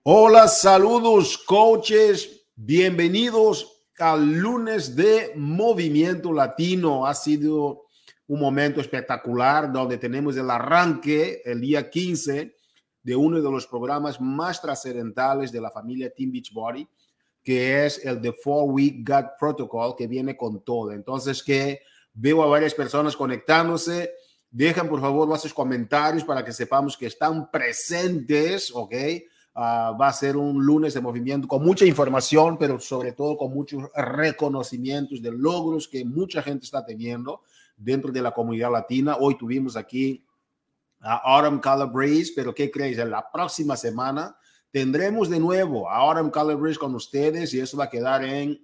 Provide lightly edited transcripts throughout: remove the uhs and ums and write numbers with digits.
Hola, saludos coaches, bienvenidos al lunes de Movimiento Latino. Ha sido un momento espectacular donde tenemos el arranque el día 15 de uno de los programas más trascendentales de la familia Team Beachbody, que es el The 4-Week Gut Protocol, que viene con todo. Entonces, que veo a varias personas conectándose. Dejen por favor vuestros comentarios para que sepamos que están presentes, ¿ok? Va a ser un lunes de movimiento con mucha información, pero sobre todo con muchos reconocimientos de logros que mucha gente está teniendo dentro de la comunidad latina. Hoy tuvimos aquí a Autumn Calabrese, pero ¿qué creéis? En la próxima semana tendremos de nuevo a Autumn Calabrese con ustedes y eso va a quedar en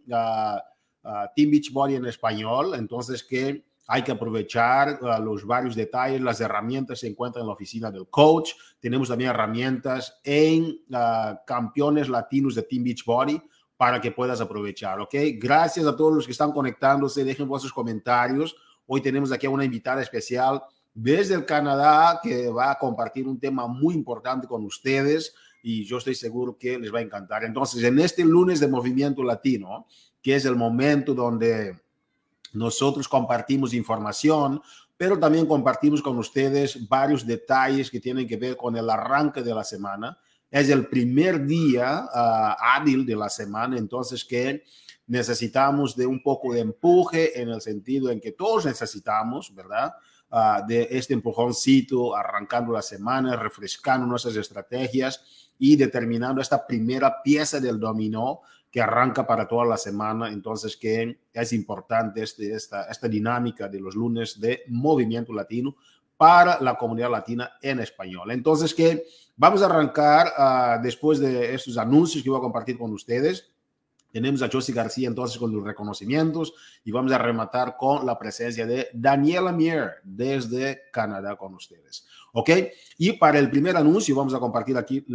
Team Beachbody en español. Entonces, que hay que aprovechar los varios detalles, las herramientas se encuentran en la oficina del coach. Tenemos también herramientas en campeones latinos de Team Beachbody para que puedas aprovechar, ¿ok? Gracias a todos los que están conectándose. Dejen vuestros comentarios. Hoy tenemos aquí a una invitada especial desde el Canadá que va a compartir un tema muy importante con ustedes y yo estoy seguro que les va a encantar. Entonces, en este lunes de Movimiento Latino, que es el momento donde nosotros compartimos información, pero también compartimos con ustedes varios detalles que tienen que ver con el arranque de la semana. Es el primer día hábil de la semana, entonces que necesitamos de un poco de empuje en el sentido en que todos necesitamos, ¿verdad? De este empujoncito, arrancando la semana, refrescando nuestras estrategias y determinando esta primera pieza del dominó que arranca para toda la semana. Entonces, que es importante esta dinámica de los lunes de Movimiento Latino para la comunidad latina en español. Entonces, que vamos a arrancar después de estos anuncios que voy a compartir con ustedes. Tenemos a Josie García entonces con los reconocimientos y vamos a rematar con la presencia de Daniela Mier desde Canadá con ustedes. ¿Ok? Y para el primer anuncio vamos a compartir aquí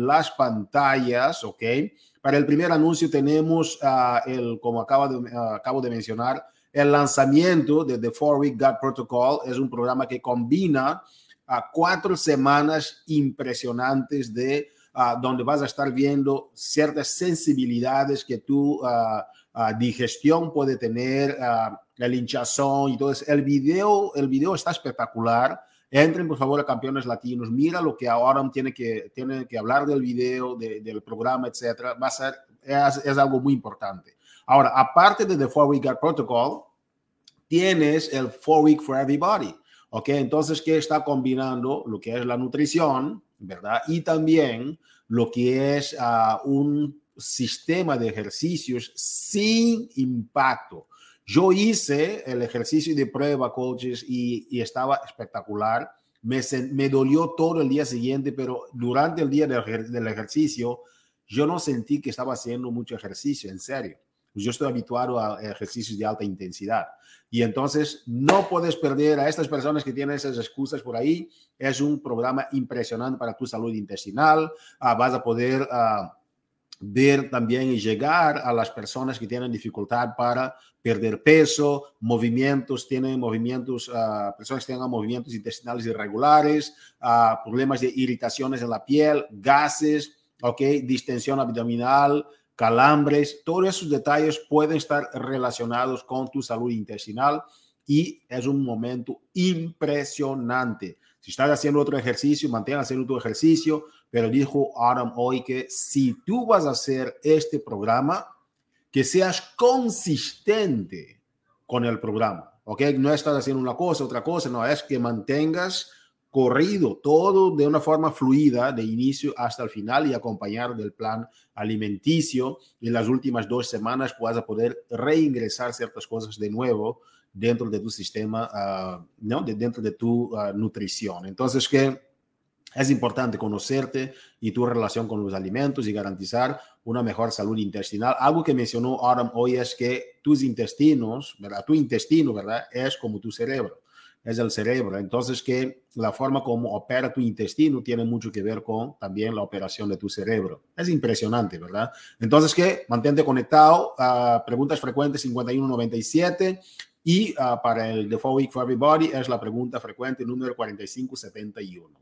las pantallas. ¿Ok? Para el primer anuncio tenemos, como acabo de mencionar, el lanzamiento de The 4-Week Gut Protocol. Es un programa que combina 4 semanas impresionantes de donde vas a estar viendo ciertas sensibilidades que tu digestión puede tener, el hinchazón y todo eso. El video está espectacular. Entren, por favor, a Campeones Latinos. Mira lo que ahora tiene que hablar del video, del programa, etcétera. Va a ser, es algo muy importante. Ahora, aparte de The 4-Week Gut Protocol, tienes el 4-Week for Everybody. ¿Ok? Entonces, ¿qué está combinando? Lo que es la nutrición, ¿verdad? Y también lo que es un sistema de ejercicios sin impacto. Yo hice el ejercicio de prueba, coaches, y estaba espectacular. Me dolió todo el día siguiente, pero durante el día del ejercicio, yo no sentí que estaba haciendo mucho ejercicio, en serio. Yo estoy habituado a ejercicios de alta intensidad. Y entonces no puedes perder a estas personas que tienen esas excusas por ahí. Es un programa impresionante para tu salud intestinal. Vas a poder ver también y llegar a las personas que tienen dificultad para perder peso, personas que tengan movimientos intestinales irregulares, problemas de irritaciones en la piel, gases, ¿okay? Distensión abdominal, calambres. Todos esos detalles pueden estar relacionados con tu salud intestinal y es un momento impresionante. Si estás haciendo otro ejercicio, mantén haciendo tu ejercicio, pero dijo Autumn hoy que si tú vas a hacer este programa, que seas consistente con el programa, ¿ok? No estás haciendo una cosa, otra cosa, no, es que mantengas corrido todo de una forma fluida de inicio hasta el final y acompañar del plan alimenticio. En las últimas 2 semanas vas a poder reingresar ciertas cosas de nuevo dentro de tu sistema, ¿no? Dentro de tu nutrición. Entonces, que es importante conocerte y tu relación con los alimentos y garantizar una mejor salud intestinal. Algo que mencionó Autumn hoy es que tus intestinos, ¿verdad? Tu intestino, ¿verdad? Es como tu cerebro. Es el cerebro. Entonces, que la forma como opera tu intestino tiene mucho que ver con también la operación de tu cerebro. Es impresionante, ¿verdad? Entonces, que mantente conectado. Preguntas frecuentes 5197. Y para el The 4-Week for Everybody es la pregunta frecuente número 4571.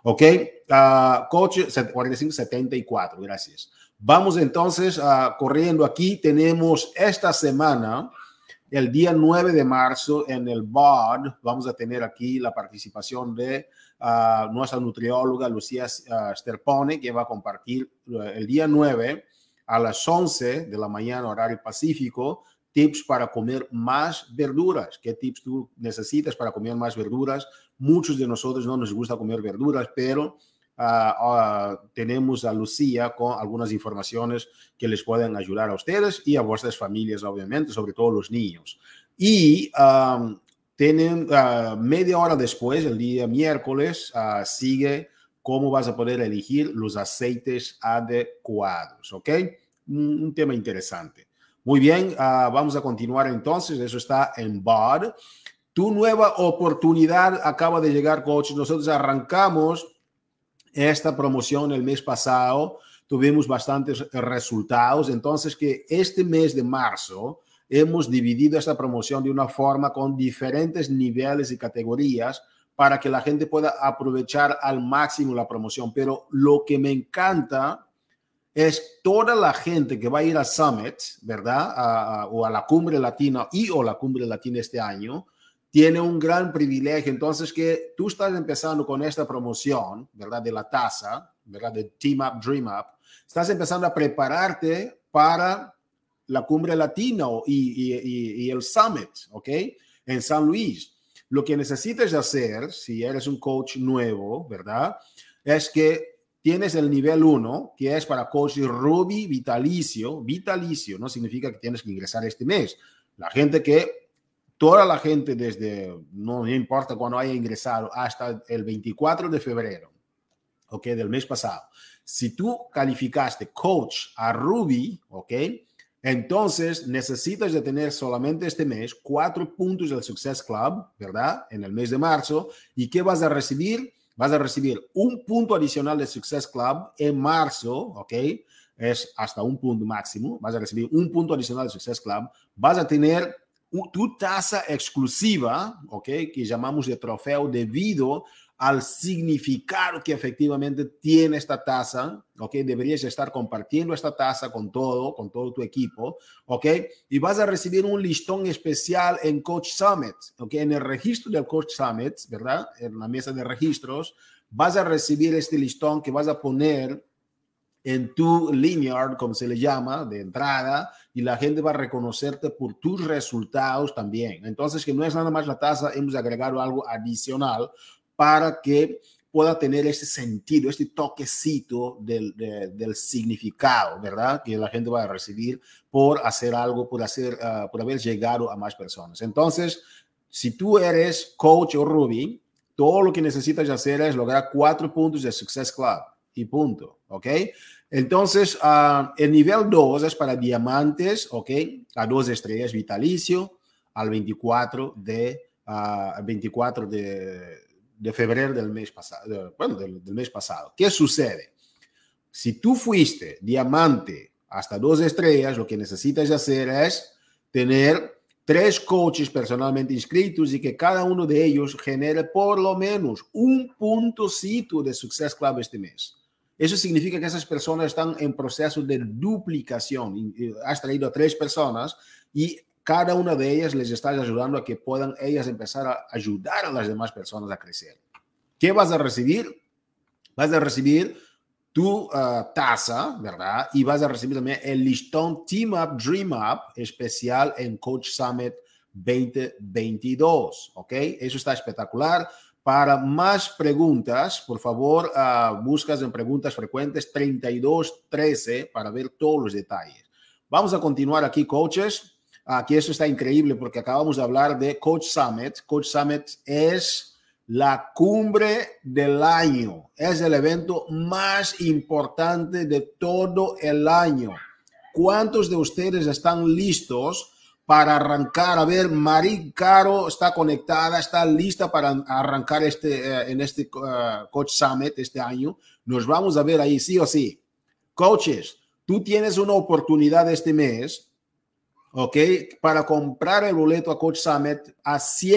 Ok, coach 4574, gracias. Vamos entonces corriendo aquí. Tenemos esta semana, el día 9 de marzo, en el BOD, vamos a tener aquí la participación de nuestra nutrióloga Lucía Sterpone, que va a compartir el día 9 a las 11 de la mañana, horario pacífico, tips para comer más verduras. ¿Qué tips tú necesitas para comer más verduras? Muchos de nosotros no nos gusta comer verduras, pero tenemos a Lucía con algunas informaciones que les pueden ayudar a ustedes y a vuestras familias, obviamente, sobre todo los niños. Y tienen media hora después, el día miércoles, sigue cómo vas a poder elegir los aceites adecuados, ¿ok? Un tema interesante. Muy bien, vamos a continuar entonces. Eso está en BOD. Tu nueva oportunidad acaba de llegar, coach. Nosotros arrancamos esta promoción el mes pasado. Tuvimos bastantes resultados. Entonces, que este mes de marzo hemos dividido esta promoción de una forma con diferentes niveles y categorías para que la gente pueda aprovechar al máximo la promoción. Pero lo que me encanta es toda la gente que va a ir a Summit, ¿verdad? O a la Cumbre Latina o la Cumbre Latina este año, tiene un gran privilegio. Entonces, que tú estás empezando con esta promoción, ¿verdad? De la tasa, ¿verdad? De Team Up, Dream Up. Estás empezando a prepararte para la Cumbre Latina y el Summit, ¿ok? En San Luis. Lo que necesitas hacer, si eres un coach nuevo, ¿verdad? Es que tienes el nivel 1, que es para coach Ruby vitalicio. Vitalicio no significa que tienes que ingresar este mes. Toda la gente no importa cuándo haya ingresado, hasta el 24 de febrero, ¿ok? Del mes pasado. Si tú calificaste coach a Ruby, ¿ok? Entonces necesitas de tener solamente este mes 4 puntos del Success Club, ¿verdad? En el mes de marzo. ¿Y qué vas a recibir? Vas a recibir un punto adicional de Success Club en marzo, ¿ok? Es hasta un punto máximo. Vas a recibir un punto adicional de Success Club. Vas a tener tu tasa exclusiva, ¿ok? Que llamamos de trofeo debido al significado que efectivamente tiene esta tasa, ¿ok? Deberías estar compartiendo esta tasa con todo tu equipo, ¿ok? Y vas a recibir un listón especial en Coach Summit, ¿ok? En el registro del Coach Summit, ¿verdad? En la mesa de registros, vas a recibir este listón que vas a poner en tu lanyard, como se le llama, de entrada, y la gente va a reconocerte por tus resultados también. Entonces, que no es nada más la tasa, hemos agregado algo adicional para que pueda tener ese sentido, este toquecito del significado, ¿verdad? Que la gente va a recibir por hacer algo, por haber llegado a más personas. Entonces, si tú eres coach o Ruby, todo lo que necesitas hacer es lograr 4 puntos de Success Club y punto, ¿ok? Entonces, el nivel 2 es para diamantes, ¿ok? A 2 estrellas vitalicio, al 24 de febrero del mes pasado. Del mes pasado. ¿Qué sucede? Si tú fuiste diamante hasta 2 estrellas, lo que necesitas hacer es tener 3 coaches personalmente inscritos y que cada uno de ellos genere por lo menos un puntocito de Success Club este mes. Eso significa que esas personas están en proceso de duplicación. Has traído a 3 personas y cada una de ellas les estás ayudando a que puedan ellas empezar a ayudar a las demás personas a crecer. ¿Qué vas a recibir? Vas a recibir tu tasa, ¿verdad? Y vas a recibir también el listón Team Up, Dream Up especial en Coach Summit 2022, ¿ok? Eso está espectacular. Para más preguntas, por favor, buscas en preguntas frecuentes 3213 para ver todos los detalles. Vamos a continuar aquí, coaches. Aquí esto está increíble porque acabamos de hablar de Coach Summit. Coach Summit es la cumbre del año. Es el evento más importante de todo el año. ¿Cuántos de ustedes están listos para arrancar? A ver, Marie Caro está conectada, está lista para arrancar en este Coach Summit este año. Nos vamos a ver ahí, sí o sí. Coaches, tú tienes una oportunidad este mes ¿ok? Para comprar el boleto a Coach Summit a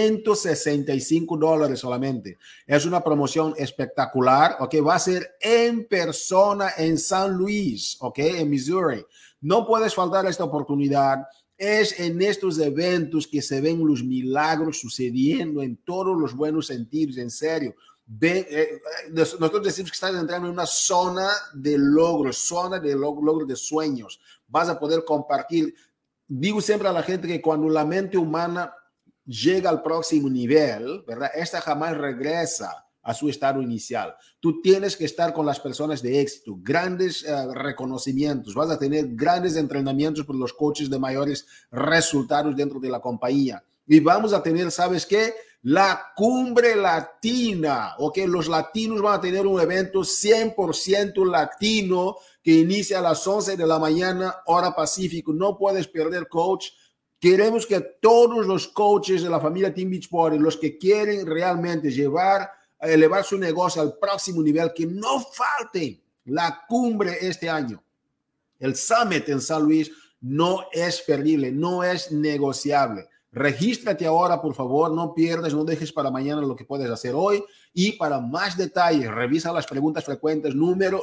$165 solamente. Es una promoción espectacular, ¿ok? Va a ser en persona en San Luis, ¿ok? En Missouri. No puedes faltar esta oportunidad. Es en estos eventos que se ven los milagros sucediendo en todos los buenos sentidos, en serio. Nosotros decimos que estás entrando en una zona de logros, logros de sueños. Vas a poder compartir. Digo siempre a la gente que cuando la mente humana llega al próximo nivel, ¿verdad? Esta jamás regresa a su estado inicial. Tú tienes que estar con las personas de éxito, grandes reconocimientos, vas a tener grandes entrenamientos por los coaches de mayores resultados dentro de la compañía. Y vamos a tener, ¿sabes qué? La cumbre latina, ¿ok? Los latinos van a tener un evento 100% latino que inicia a las 11 de la mañana, hora Pacífico. No puedes perder, coach. Queremos que todos los coaches de la familia Team Beachbody, los que quieren realmente elevar su negocio al próximo nivel, que no falten la cumbre este año. El Summit en San Luis no es perdible, no es negociable. Regístrate ahora, por favor, no pierdas, no dejes para mañana lo que puedes hacer hoy. Y para más detalles, revisa las preguntas frecuentes número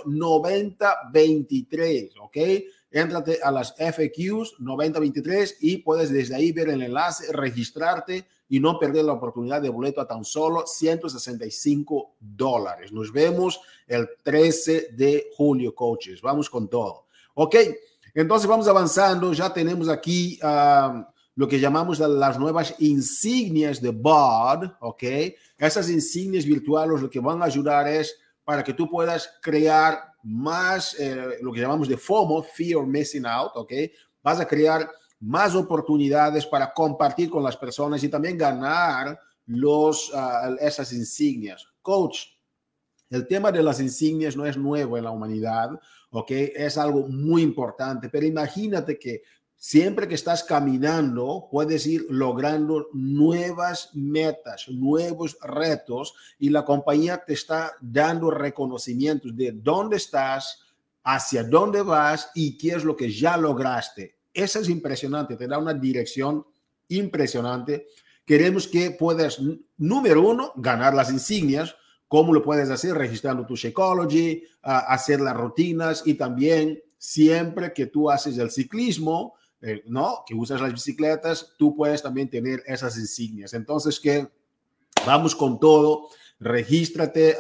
9023, ¿ok? Éntrate a las FAQs 9023 y puedes desde ahí ver el enlace, registrarte y no perder la oportunidad de boleto a tan solo $165. Nos vemos el 13 de julio, coaches. Vamos con todo. Ok, entonces vamos avanzando. Ya tenemos aquí lo que llamamos las nuevas insignias de BOD, ¿ok? Esas insignias virtuales lo que van a ayudar es para que tú puedas crear más, lo que llamamos de FOMO, Fear of Missing Out, ¿ok? Vas a crear más oportunidades para compartir con las personas y también ganar esas insignias. Coach, el tema de las insignias no es nuevo en la humanidad, ¿ok? Es algo muy importante, pero imagínate que siempre que estás caminando, puedes ir logrando nuevas metas, nuevos retos y la compañía te está dando reconocimientos de dónde estás, hacia dónde vas y qué es lo que ya lograste. Eso es impresionante, te da una dirección impresionante. Queremos que puedas, número uno, ganar las insignias. ¿Cómo lo puedes hacer? Registrando tu Shakeology, hacer las rutinas y también siempre que tú haces el ciclismo, ¿no? Que usas las bicicletas, tú puedes también tener esas insignias. Entonces, que vamos con todo. Regístrate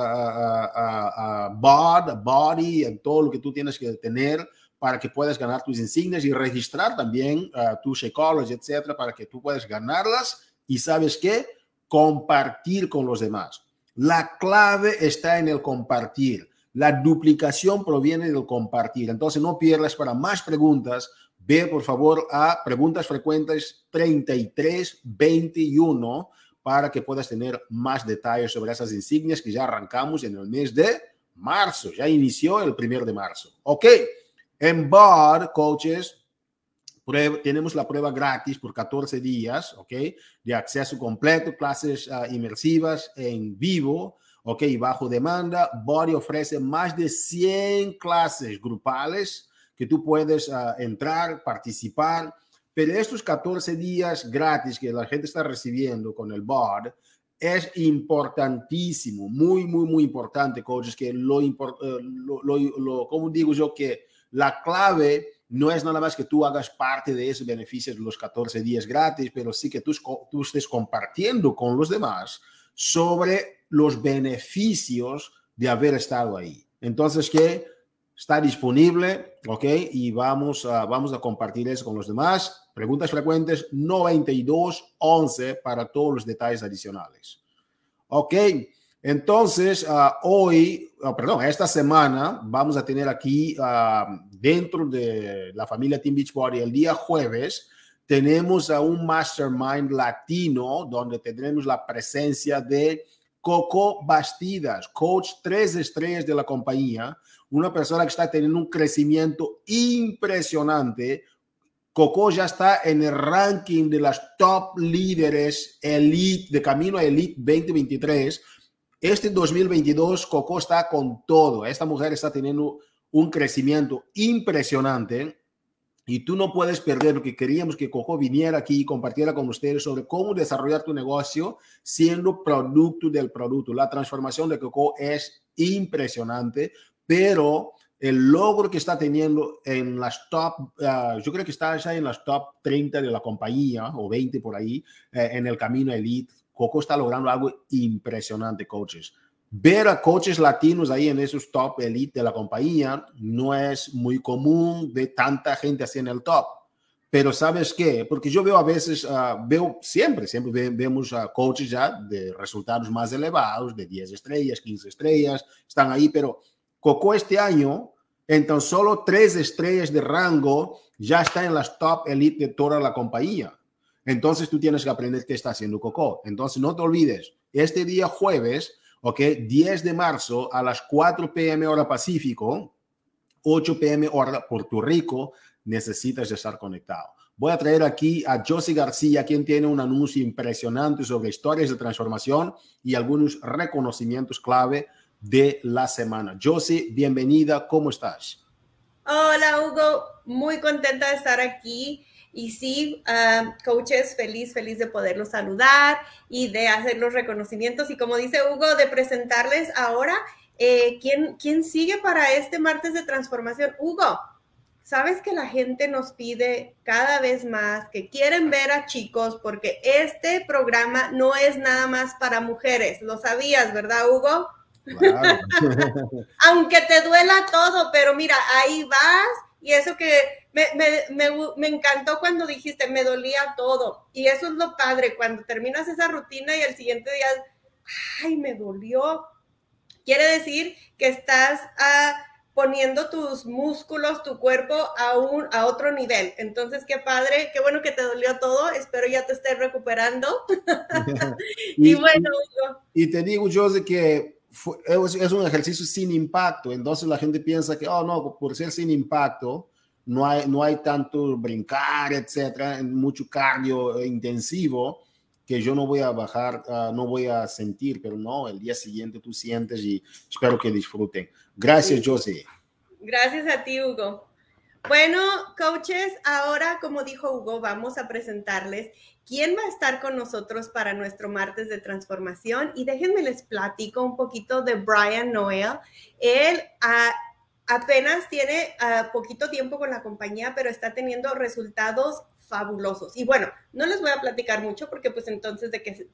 a Body, en todo lo que tú tienes que tener para que puedas ganar tus insignias y registrar también tu Shakeology, etcétera, para que tú puedas ganarlas y, ¿sabes qué? Compartir con los demás. La clave está en el compartir. La duplicación proviene del compartir. Entonces, no pierdas. Para más preguntas, ve por favor a Preguntas Frecuentes 3321 para que puedas tener más detalles sobre esas insignias que ya arrancamos en el mes de marzo. Ya inició el 1 de marzo. Ok, en BOD, coaches, tenemos la prueba gratis por 14 días, ok, de acceso completo, clases inmersivas en vivo, ok, bajo demanda. BOD ofrece más de 100 clases grupales que tú puedes entrar, participar, pero estos 14 días gratis que la gente está recibiendo con el BOD es importantísimo, muy, muy, muy importante, coaches, que ¿cómo digo yo? Que la clave no es nada más que tú hagas parte de esos beneficios de los 14 días gratis, pero sí que tú estés compartiendo con los demás sobre los beneficios de haber estado ahí. Entonces, que está disponible, ¿ok? Y vamos a compartir eso con los demás. Preguntas frecuentes 9211 para todos los detalles adicionales. Ok, entonces esta semana vamos a tener aquí dentro de la familia Team Beachbody el día jueves tenemos a un mastermind latino donde tendremos la presencia de Coco Bastidas, coach 3 estrellas de la compañía, una persona que está teniendo un crecimiento impresionante. Coco ya está en el ranking de las top líderes elite, de camino a Elite 2023. Este 2022, Coco está con todo. Esta mujer está teniendo un crecimiento impresionante Y tú no puedes perder, porque queríamos que Coco viniera aquí y compartiera con ustedes sobre cómo desarrollar tu negocio siendo producto del producto. La transformación de Coco es impresionante, pero el logro que está teniendo en las top, yo creo que está ya en las top 30 de la compañía, o 20 por ahí, en el camino elite. Coco está logrando algo impresionante, coaches. Ver a coaches latinos ahí en esos top elite de la compañía no es muy común de tanta gente así en el top. Pero ¿sabes qué? Porque yo veo a veces, siempre vemos a coaches ya de resultados más elevados, de 10 estrellas, 15 estrellas, están ahí, pero Coco este año, en tan solo 3 estrellas de rango, ya está en las top elite de toda la compañía. Entonces tú tienes que aprender qué está haciendo Coco. Entonces no te olvides, este día jueves, ok, 10 de marzo a las 4 p.m. hora Pacífico, 8 p.m. hora Puerto Rico, necesitas estar conectado. Voy a traer aquí a Josie García, quien tiene un anuncio impresionante sobre historias de transformación y algunos reconocimientos clave de la semana. Josie, bienvenida, ¿cómo estás? Hola Hugo, muy contenta de estar aquí. Y sí, coaches, feliz de poderlos saludar y de hacer los reconocimientos. Y como dice Hugo, de presentarles ahora quién sigue para este martes de transformación. Hugo, sabes que la gente nos pide cada vez más que quieren ver a chicos porque este programa no es nada más para mujeres. Lo sabías, ¿verdad, Hugo? Claro. Aunque te duela todo, pero mira, ahí vas. Y eso que me encantó cuando dijiste, me dolía todo. Y eso es lo padre, cuando terminas esa rutina y el siguiente día, ay, me dolió. Quiere decir que estás poniendo tus músculos, tu cuerpo a otro nivel. Entonces, qué padre, qué bueno que te dolió todo. Espero ya te estés recuperando. Y bueno, y te digo, José, que es un ejercicio sin impacto. Entonces la gente piensa que, oh, no, por ser sin impacto, no hay tanto brincar, etcétera, mucho cardio intensivo que yo no voy a bajar, no voy a sentir, pero no, el día siguiente tú sientes y espero que disfruten. Gracias, José. Gracias a ti, Hugo. Bueno, coaches, ahora, como dijo Hugo, vamos a presentarles quién va a estar con nosotros para nuestro martes de transformación. Y déjenme les platico un poquito de Brian Noel. Él apenas tiene poquito tiempo con la compañía, pero está teniendo resultados fabulosos. Y bueno, no les voy a platicar mucho porque pues entonces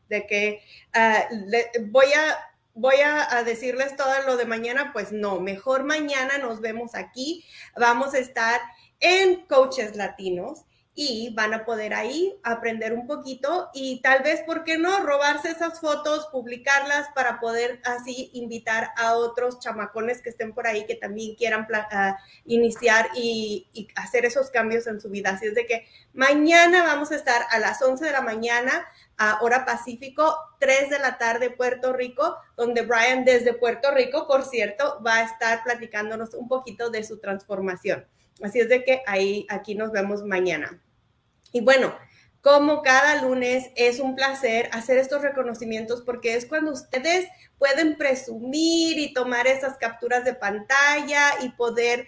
voy a decirles todo lo de mañana, pues no, mejor mañana nos vemos aquí. Vamos a estar en Coaches Latinos y van a poder ahí aprender un poquito y tal vez, ¿por qué no?, robarse esas fotos, publicarlas para poder así invitar a otros chamacones que estén por ahí que también quieran iniciar y hacer esos cambios en su vida. Así es de que mañana vamos a estar a las 11 de la mañana a hora Pacífico, 3 de la tarde Puerto Rico, donde Brian desde Puerto Rico, por cierto, va a estar platicándonos un poquito de su transformación. Así es de que aquí nos vemos mañana. Y bueno, como cada lunes, es un placer hacer estos reconocimientos porque es cuando ustedes pueden presumir y tomar esas capturas de pantalla y poder,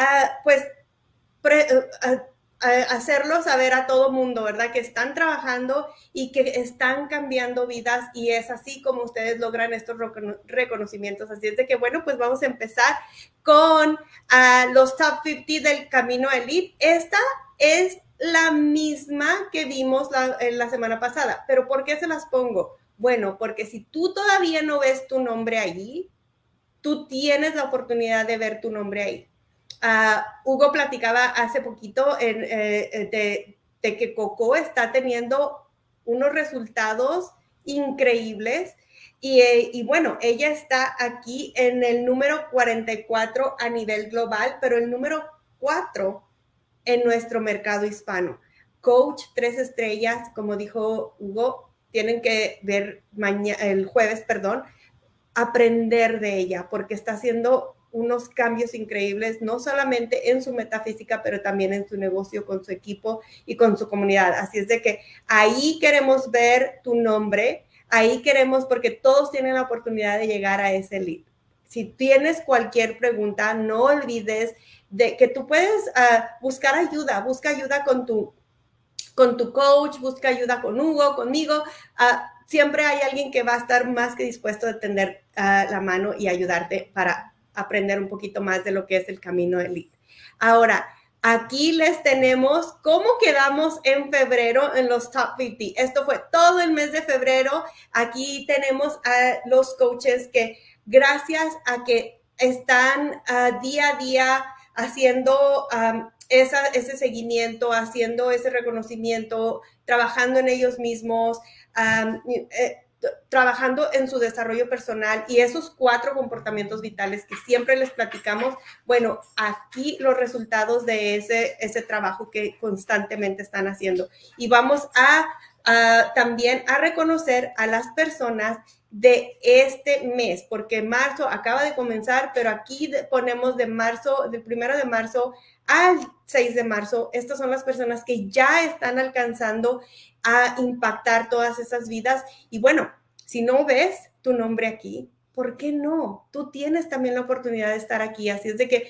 hacerlo saber a todo mundo, ¿verdad? Que están trabajando y que están cambiando vidas y es así como ustedes logran estos reconocimientos. Así es de que, bueno, pues vamos a empezar con los Top 50 del Camino Elite. Esta es la misma que vimos la semana pasada. ¿Pero por qué se las pongo? Bueno, porque si tú todavía no ves tu nombre ahí, tú tienes la oportunidad de ver tu nombre ahí. Hugo platicaba hace poquito de que Coco está teniendo unos resultados increíbles y bueno, ella está aquí en el número 44 a nivel global, pero el número 4 en nuestro mercado hispano. Coach 3 estrellas, como dijo Hugo, tienen que ver el jueves, aprender de ella, porque está haciendo unos cambios increíbles, no solamente en su metafísica, pero también en su negocio, con su equipo y con su comunidad. Así es de que ahí queremos ver tu nombre, ahí queremos, porque todos tienen la oportunidad de llegar a ese elite. si tienes cualquier pregunta, no olvides de que tú puedes busca ayuda con tu coach, busca ayuda con Hugo, conmigo. Siempre hay alguien que va a estar más que dispuesto a tender la mano y ayudarte para aprender un poquito más de lo que es el camino Elite. Ahora, aquí les tenemos cómo quedamos en febrero en los Top 50. Esto fue todo el mes de febrero. Aquí tenemos a los coaches que gracias a que están día a día haciendo ese seguimiento, haciendo ese reconocimiento, trabajando en ellos mismos, trabajando en su desarrollo personal y esos 4 comportamientos vitales que siempre les platicamos. Bueno, aquí los resultados de ese trabajo que constantemente están haciendo. Y vamos también a reconocer a las personas de este mes, porque marzo acaba de comenzar, pero aquí ponemos del 1 de marzo al 6 de marzo. Estas son las personas que ya están alcanzando a impactar todas esas vidas. Y bueno, si no ves tu nombre aquí, ¿por qué no? Tú tienes también la oportunidad de estar aquí. Así es de que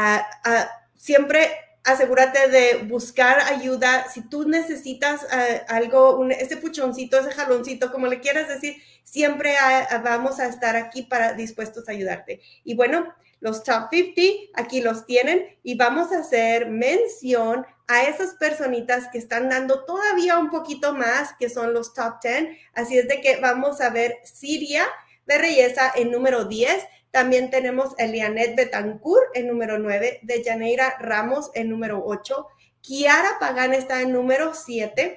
siempre asegúrate de buscar ayuda. Si tú necesitas algo, ese puchoncito, ese jaloncito, como le quieras decir, siempre vamos a estar aquí dispuestos a ayudarte. Y bueno, los Top 50, aquí los tienen y vamos a hacer mención a esas personitas que están dando todavía un poquito más, que son los Top 10. Así es de que vamos a ver Siria de Reyesa en número 10. También tenemos Elianet Betancourt en número 9, de Janeira Ramos en número 8, Kiara Pagán está en número 7,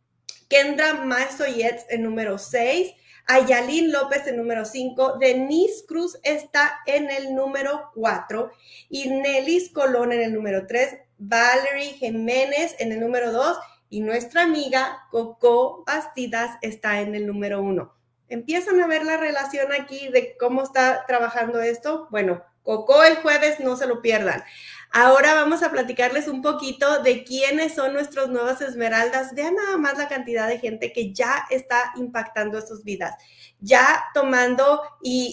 Kendra Mazoyetz en número 6, Ayalín López en número 5, Denise Cruz está en el número 4, y Nelis Colón en el número 3, Valerie Jiménez en el número 2 y nuestra amiga Coco Bastidas está en el número 1. ¿Empiezan a ver la relación aquí de cómo está trabajando esto? Bueno, Coco el jueves, no se lo pierdan. Ahora vamos a platicarles un poquito de quiénes son nuestros nuevas esmeraldas. Vean nada más la cantidad de gente que ya está impactando sus vidas, ya tomando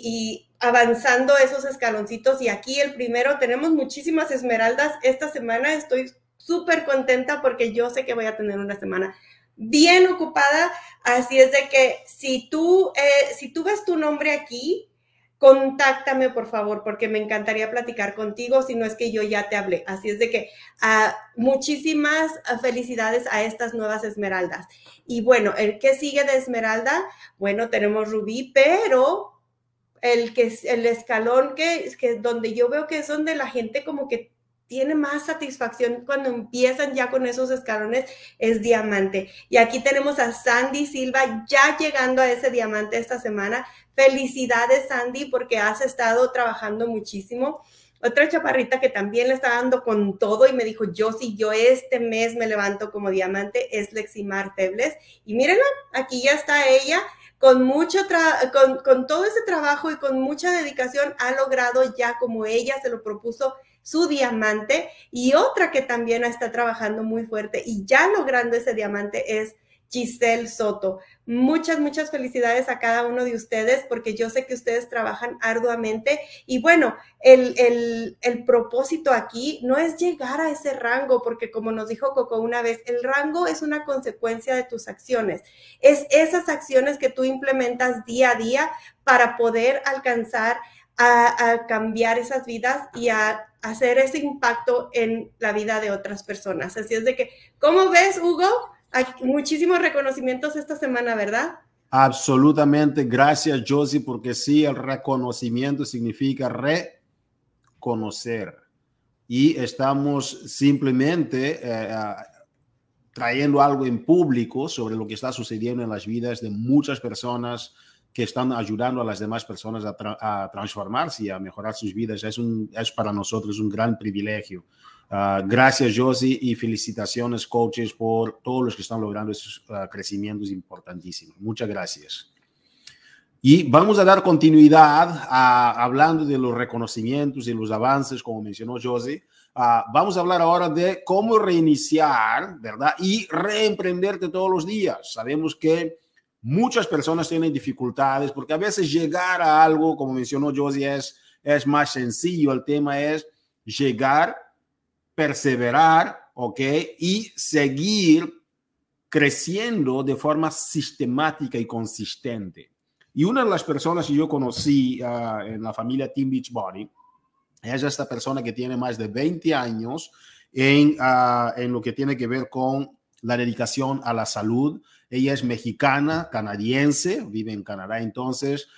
y avanzando esos escaloncitos. Y aquí el primero, tenemos muchísimas esmeraldas esta semana. Estoy súper contenta porque yo sé que voy a tener una semana bien ocupada, así es de que si tú ves tu nombre aquí, contáctame por favor, porque me encantaría platicar contigo, si no es que yo ya te hablé. Así es de que muchísimas felicidades a estas nuevas esmeraldas. Y bueno, el que sigue de esmeralda, bueno, tenemos rubí, pero el escalón que donde yo veo que son de la gente como que tiene más satisfacción cuando empiezan ya con esos escalones, es diamante. Y aquí tenemos a Sandy Silva ya llegando a ese diamante esta semana. Felicidades, Sandy, porque has estado trabajando muchísimo. Otra chaparrita que también le está dando con todo y me dijo, yo este mes me levanto como diamante, es Leximar Febles. Y mírenla, aquí ya está ella. Con con todo ese trabajo y con mucha dedicación ha logrado ya, como ella se lo propuso, su diamante. Y otra que también está trabajando muy fuerte y ya logrando ese diamante es Giselle Soto. Muchas, muchas felicidades a cada uno de ustedes, porque yo sé que ustedes trabajan arduamente. Y bueno, el propósito aquí no es llegar a ese rango, porque como nos dijo Coco una vez, el rango es una consecuencia de tus acciones. Es esas acciones que tú implementas día a día para poder alcanzar a cambiar esas vidas y a hacer ese impacto en la vida de otras personas. Así es de que, ¿cómo ves, Hugo? Hay muchísimos reconocimientos esta semana, ¿verdad? Absolutamente. Gracias, Josie, porque sí, el reconocimiento significa reconocer. Y estamos simplemente trayendo algo en público sobre lo que está sucediendo en las vidas de muchas personas que están ayudando a las demás personas a transformarse y a mejorar sus vidas. Es para nosotros un gran privilegio. Gracias, Josie, y felicitaciones, coaches, por todos los que están logrando esos crecimientos importantísimos. Muchas gracias. Y vamos a dar continuidad hablando de los reconocimientos y los avances, como mencionó Josie. Vamos a hablar ahora de cómo reiniciar, ¿verdad? Y reemprenderte todos los días. Sabemos que muchas personas tienen dificultades porque a veces llegar a algo, como mencionó Josie, es más sencillo. El tema es llegar, perseverar, ¿ok? Y seguir creciendo de forma sistemática y consistente. Y una de las personas que yo conocí en la familia Team Beachbody es esta persona que tiene más de 20 años en lo que tiene que ver con la dedicación a la salud. Ella es mexicana, canadiense, vive en Canadá, entonces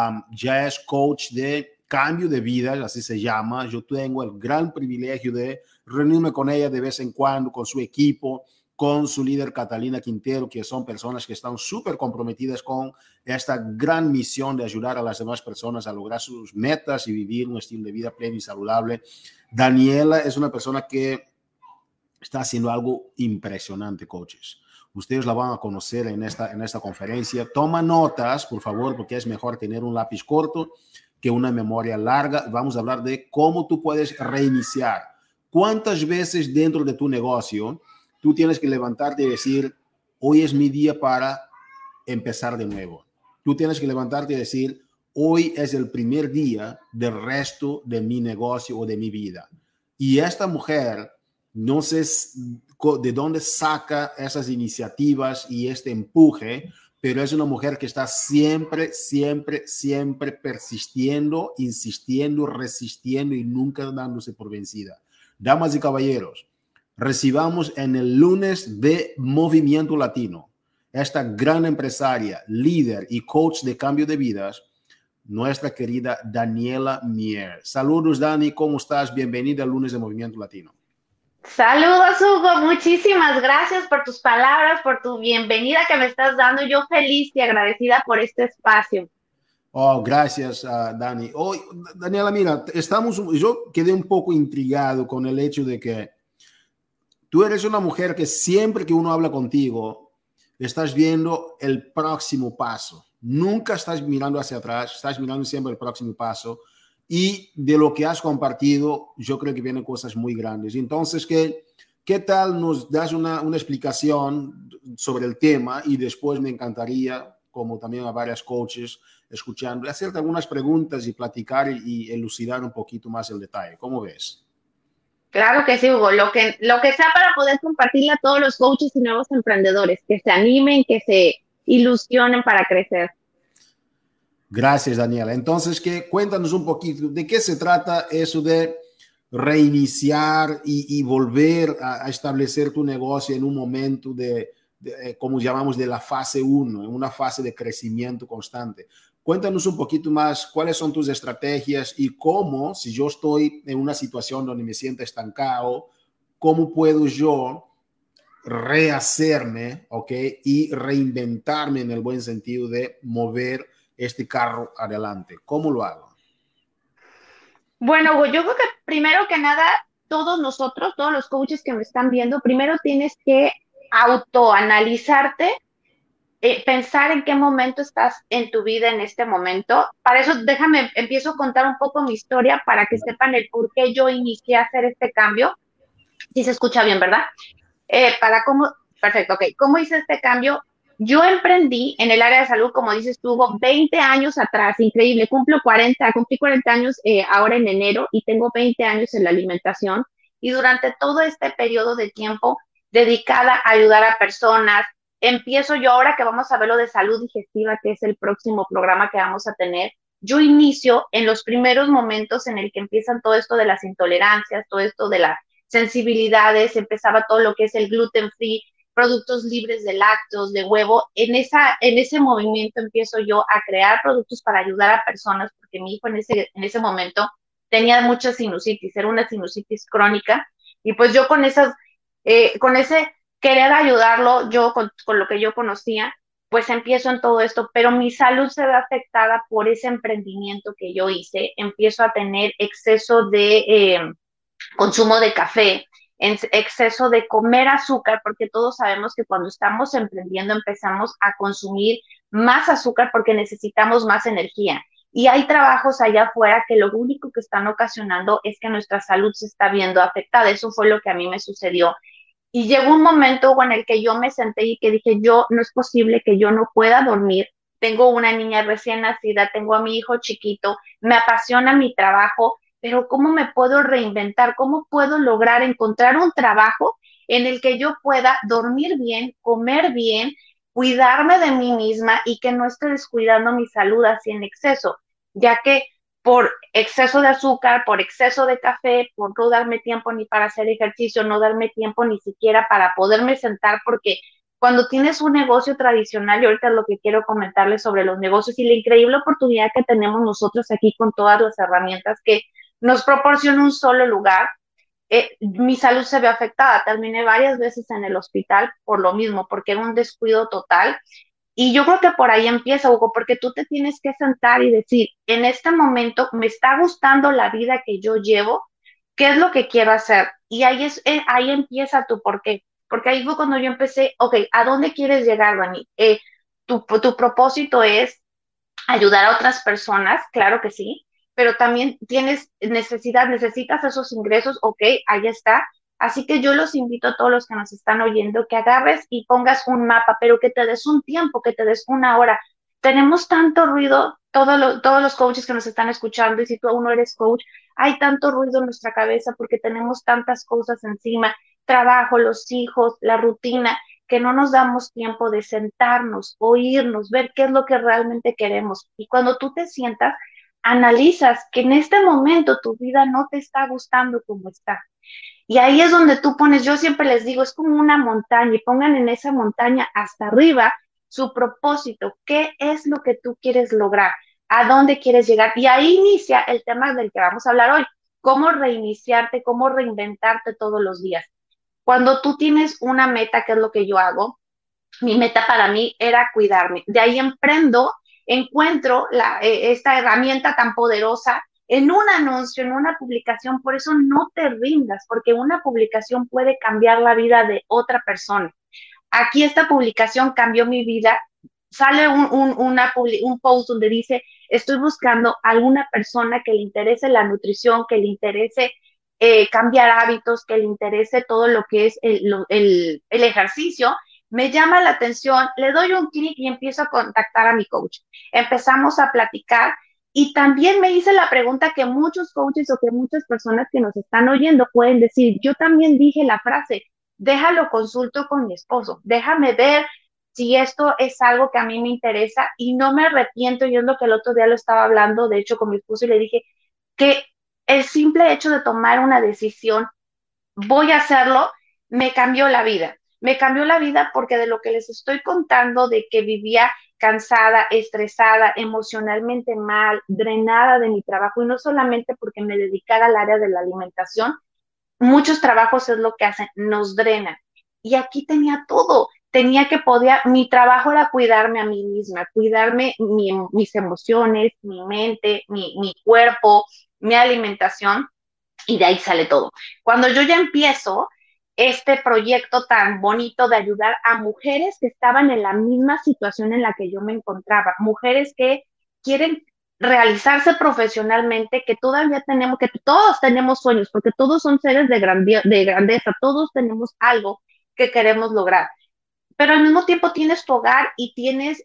ya es coach de cambio de vida, así se llama. Yo tengo el gran privilegio de reunirme con ella de vez en cuando, con su equipo, con su líder Catalina Quintero, que son personas que están súper comprometidas con esta gran misión de ayudar a las demás personas a lograr sus metas y vivir un estilo de vida pleno y saludable. Daniela es una persona que está haciendo algo impresionante, coaches. Ustedes la van a conocer en esta conferencia. Toma notas, por favor, porque es mejor tener un lápiz corto que una memoria larga. Vamos a hablar de cómo tú puedes reiniciar. ¿Cuántas veces dentro de tu negocio tú tienes que levantarte y decir, hoy es mi día para empezar de nuevo? Tú tienes que levantarte y decir, hoy es el primer día del resto de mi negocio o de mi vida. Y esta mujer, no sé de dónde saca esas iniciativas y este empuje, pero es una mujer que está siempre, siempre, siempre persistiendo, insistiendo, resistiendo y nunca dándose por vencida. Damas y caballeros, recibamos en el lunes de Movimiento Latino esta gran empresaria, líder y coach de cambio de vidas, nuestra querida Daniela Mier. Saludos, Dani, ¿cómo estás? Bienvenida al lunes de Movimiento Latino. Saludos, Hugo. Muchísimas gracias por tus palabras, por tu bienvenida que me estás dando. Yo feliz y agradecida por este espacio. Oh, gracias, Dani. Oh, Daniela, mira, yo quedé un poco intrigado con el hecho de que tú eres una mujer que siempre que uno habla contigo, estás viendo el próximo paso. Nunca estás mirando hacia atrás, estás mirando siempre el próximo paso. Y de lo que has compartido, yo creo que vienen cosas muy grandes. Entonces, ¿qué tal nos das una explicación sobre el tema? Y después me encantaría, como también a varias coaches escuchando, hacerte algunas preguntas y platicar y elucidar un poquito más el detalle. ¿Cómo ves? Claro que sí, Hugo. Lo que sea para poder compartirle a todos los coaches y nuevos emprendedores, que se animen, que se ilusionen para crecer. Gracias, Daniela. Entonces, cuéntanos un poquito de qué se trata eso de reiniciar y volver a establecer tu negocio en un momento como llamamos, de la fase 1, en una fase de crecimiento constante. Cuéntanos un poquito más cuáles son tus estrategias y cómo, si yo estoy en una situación donde me siento estancado, cómo puedo yo rehacerme, ¿ok? Y reinventarme en el buen sentido de mover este carro adelante. ¿Cómo lo hago? Bueno, Hugo, yo creo que primero que nada, todos nosotros, todos los coaches que me están viendo, primero tienes que autoanalizarte, pensar en qué momento estás en tu vida en este momento. Para eso, empiezo a contar un poco mi historia para que sepan el por qué yo inicié a hacer este cambio. Si se escucha bien, ¿verdad? Perfecto, ok. ¿Cómo hice este cambio? Yo emprendí en el área de salud, como dices tú, 20 años atrás, increíble, cumplí 40 años ahora en enero y tengo 20 años en la alimentación y durante todo este periodo de tiempo dedicada a ayudar a personas, empiezo yo ahora que vamos a ver lo de salud digestiva, que es el próximo programa que vamos a tener, yo inicio en los primeros momentos en el que empiezan todo esto de las intolerancias, todo esto de las sensibilidades, empezaba todo lo que es el gluten free, productos libres de lácteos, de huevo. En ese movimiento empiezo yo a crear productos para ayudar a personas, porque mi hijo en ese momento tenía mucha sinusitis, era una sinusitis crónica, y pues yo con ese querer ayudarlo, yo con lo que yo conocía, pues empiezo en todo esto, pero mi salud se ve afectada por ese emprendimiento que yo hice, empiezo a tener exceso de consumo de café, en exceso de comer azúcar, porque todos sabemos que cuando estamos emprendiendo empezamos a consumir más azúcar porque necesitamos más energía. Y hay trabajos allá afuera que lo único que están ocasionando es que nuestra salud se está viendo afectada. Eso fue lo que a mí me sucedió. Y llegó un momento en el que yo me senté y que dije, no es posible que yo no pueda dormir, tengo una niña recién nacida, tengo a mi hijo chiquito, me apasiona mi trabajo, pero ¿cómo me puedo reinventar? ¿Cómo puedo lograr encontrar un trabajo en el que yo pueda dormir bien, comer bien, cuidarme de mí misma y que no esté descuidando mi salud así en exceso? Ya que por exceso de azúcar, por exceso de café, por no darme tiempo ni para hacer ejercicio, no darme tiempo ni siquiera para poderme sentar, porque cuando tienes un negocio tradicional, y ahorita lo que quiero comentarles sobre los negocios y la increíble oportunidad que tenemos nosotros aquí con todas las herramientas que nos proporciona un solo lugar, mi salud se ve afectada. Terminé varias veces en el hospital por lo mismo, porque era un descuido total. Y yo creo que por ahí empieza, Hugo, porque tú te tienes que sentar y decir, en este momento me está gustando la vida que yo llevo, ¿qué es lo que quiero hacer? Y ahí empieza tu por qué. Porque ahí fue cuando yo empecé, ok, ¿a dónde quieres llegar, Dani? Tu propósito es ayudar a otras personas, claro que sí, pero también necesitas esos ingresos, ok, ahí está. Así que yo los invito a todos los que nos están oyendo que agarres y pongas un mapa, pero que te des un tiempo, que te des una hora. Tenemos tanto ruido, todos los coaches que nos están escuchando, y si tú aún no eres coach, hay tanto ruido en nuestra cabeza porque tenemos tantas cosas encima, trabajo, los hijos, la rutina, que no nos damos tiempo de sentarnos, oírnos, ver qué es lo que realmente queremos. Y cuando tú te sientas, analizas que en este momento tu vida no te está gustando como está. Y ahí es donde tú pones, yo siempre les digo, es como una montaña y pongan en esa montaña hasta arriba su propósito, qué es lo que tú quieres lograr, a dónde quieres llegar. Y ahí inicia el tema del que vamos a hablar hoy, cómo reiniciarte, cómo reinventarte todos los días. Cuando tú tienes una meta, que es lo que yo hago, mi meta para mí era cuidarme. De ahí encuentro esta herramienta tan poderosa en un anuncio, en una publicación. Por eso no te rindas, porque una publicación puede cambiar la vida de otra persona. Aquí esta publicación cambió mi vida. Sale un post donde dice, estoy buscando a alguna persona que le interese la nutrición, que le interese cambiar hábitos, que le interese todo lo que es el ejercicio. Me llama la atención, le doy un clic y empiezo a contactar a mi coach. Empezamos a platicar y también me hice la pregunta que muchos coaches o que muchas personas que nos están oyendo pueden decir. Yo también dije la frase, déjalo consulto con mi esposo, déjame ver si esto es algo que a mí me interesa y no me arrepiento. Y es lo que el otro día lo estaba hablando, de hecho, con mi esposo, y le dije que el simple hecho de tomar una decisión, voy a hacerlo, me cambió la vida. Me cambió la vida porque de lo que les estoy contando, de que vivía cansada, estresada, emocionalmente mal, drenada de mi trabajo, y no solamente porque me dedicara al área de la alimentación, muchos trabajos es lo que hacen, nos drenan. Y aquí tenía todo, tenía que poder, mi trabajo era cuidarme a mí misma, cuidarme mis emociones, mi mente, mi cuerpo, mi alimentación, y de ahí sale todo. Cuando yo ya empiezo este proyecto tan bonito de ayudar a mujeres que estaban en la misma situación en la que yo me encontraba, mujeres que quieren realizarse profesionalmente, que todavía tenemos, que todos tenemos sueños, porque todos son seres de grandeza, todos tenemos algo que queremos lograr, pero al mismo tiempo tienes tu hogar y tienes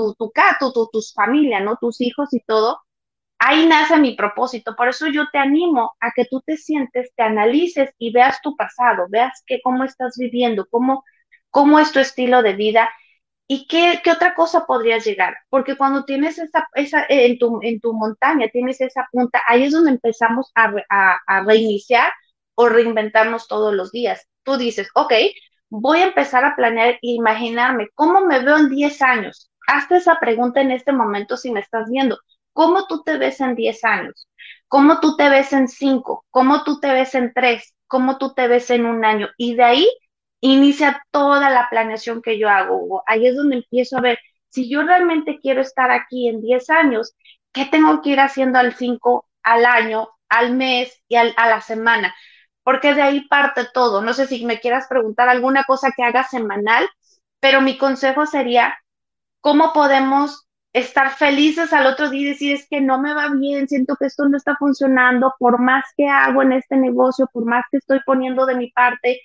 tus familia, ¿no? Tus hijos y todo. Ahí nace mi propósito. Por eso yo te animo a que tú te sientes, te analices y veas tu pasado, veas cómo estás viviendo, cómo es tu estilo de vida y qué otra cosa podrías llegar. Porque cuando tienes en tu montaña, tienes esa punta, ahí es donde empezamos a reiniciar o reinventarnos todos los días. Tú dices, ok, voy a empezar a planear e imaginarme cómo me veo en 10 años. Hazte esa pregunta en este momento si me estás viendo. ¿Cómo tú te ves en 10 años? ¿Cómo tú te ves en 5? ¿Cómo tú te ves en 3? ¿Cómo tú te ves en un año? Y de ahí inicia toda la planeación que yo hago. Ahí es donde empiezo a ver, si yo realmente quiero estar aquí en 10 años, ¿qué tengo que ir haciendo al 5, al año, al mes y a la semana? Porque de ahí parte todo. No sé si me quieras preguntar alguna cosa que haga semanal, pero mi consejo sería, ¿cómo podemos estar felices al otro día y decir, es que no me va bien, siento que esto no está funcionando, por más que hago en este negocio, por más que estoy poniendo de mi parte,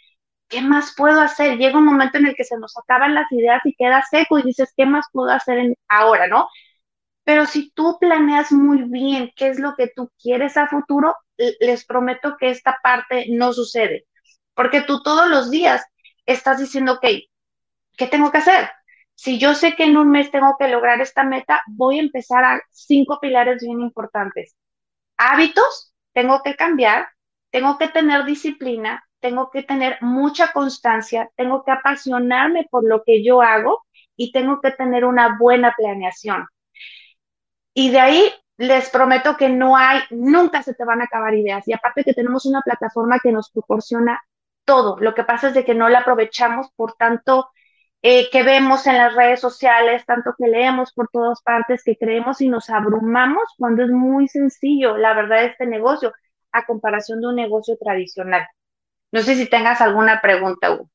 ¿qué más puedo hacer? Llega un momento en el que se nos acaban las ideas y queda seco y dices, ¿qué más puedo hacer ahora, no? Pero si tú planeas muy bien qué es lo que tú quieres a futuro, les prometo que esta parte no sucede, porque tú todos los días estás diciendo, ok, ¿qué tengo que hacer? Si yo sé que en un mes tengo que lograr esta meta, voy a empezar a 5 pilares bien importantes. Hábitos, tengo que cambiar, tengo que tener disciplina, tengo que tener mucha constancia, tengo que apasionarme por lo que yo hago y tengo que tener una buena planeación. Y de ahí les prometo que no hay, nunca se te van a acabar ideas. Y aparte que tenemos una plataforma que nos proporciona todo. Lo que pasa es de que no la aprovechamos por tanto que vemos en las redes sociales, tanto que leemos por todas partes, que creemos y nos abrumamos cuando es muy sencillo, la verdad, este negocio, a comparación de un negocio tradicional. No sé si tengas alguna pregunta, Hugo.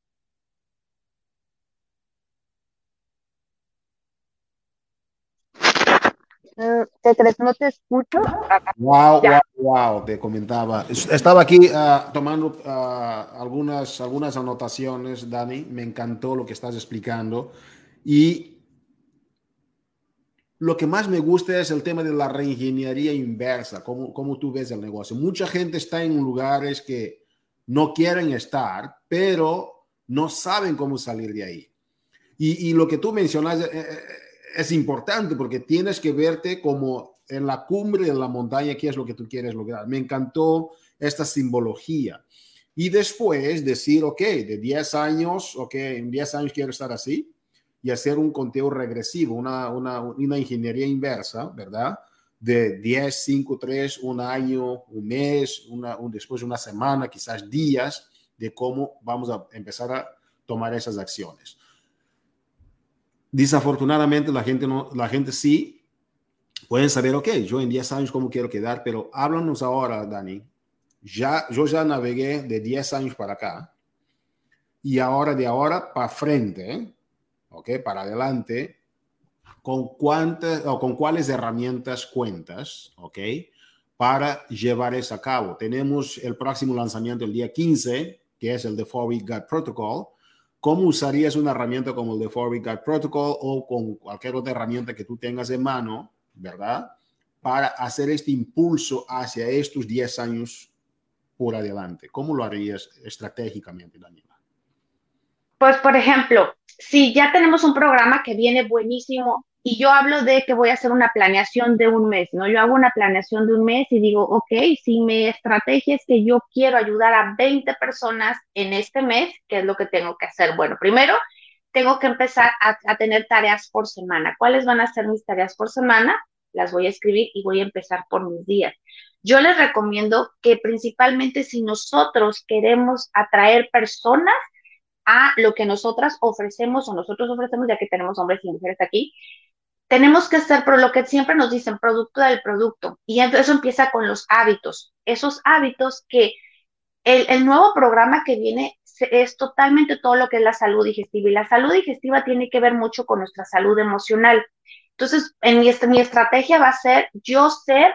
¿Qué crees? ¿No te escucho? Wow, Ya. wow, wow, te comentaba. Estaba aquí tomando algunas anotaciones, Dani. Me encantó lo que estás explicando. Y lo que más me gusta es el tema de la reingeniería inversa, cómo tú ves el negocio. Mucha gente está en lugares que no quieren estar, pero no saben cómo salir de ahí. Y lo que tú mencionas es importante porque tienes que verte como en la cumbre de la montaña, qué es lo que tú quieres lograr. Me encantó esta simbología. Y después decir, ok, de 10 años, ok, en 10 años quiero estar así y hacer un conteo regresivo, una ingeniería inversa, ¿verdad? De 10, 5, 3, un año, un mes, después una semana, quizás días, de cómo vamos a empezar a tomar esas acciones. Desafortunadamente la gente sí pueden saber, ok, yo en 10 años cómo quiero quedar, pero háblanos ahora, Dani. Yo ya navegué de 10 años para acá y ahora de ahora para frente, ok, para adelante, con cuáles herramientas cuentas, ok, para llevar eso a cabo. Tenemos el próximo lanzamiento el día 15, que es el de 4-Week Gut Protocol. ¿Cómo usarías una herramienta como el de 4-Week Gut Protocol o con cualquier otra herramienta que tú tengas en mano, ¿verdad? Para hacer este impulso hacia estos 10 años por adelante. ¿Cómo lo harías estratégicamente, Daniela? Pues, por ejemplo, si ya tenemos un programa que viene buenísimo y yo hablo de que voy a hacer una planeación de un mes, ¿no? Yo hago una planeación de un mes y digo, ok, si mi estrategia es que yo quiero ayudar a 20 personas en este mes, ¿qué es lo que tengo que hacer? Bueno, primero tengo que empezar a tener tareas por semana. ¿Cuáles van a ser mis tareas por semana? Las voy a escribir y voy a empezar por mis días. Yo les recomiendo que principalmente si nosotros queremos atraer personas, a lo que nosotras ofrecemos o nosotros ofrecemos, ya que tenemos hombres y mujeres aquí, tenemos que ser, pero lo que siempre nos dicen, producto del producto. Y entonces eso empieza con los hábitos. Esos hábitos que el nuevo programa que viene es totalmente todo lo que es la salud digestiva. Y la salud digestiva tiene que ver mucho con nuestra salud emocional. Entonces, mi estrategia va a ser yo ser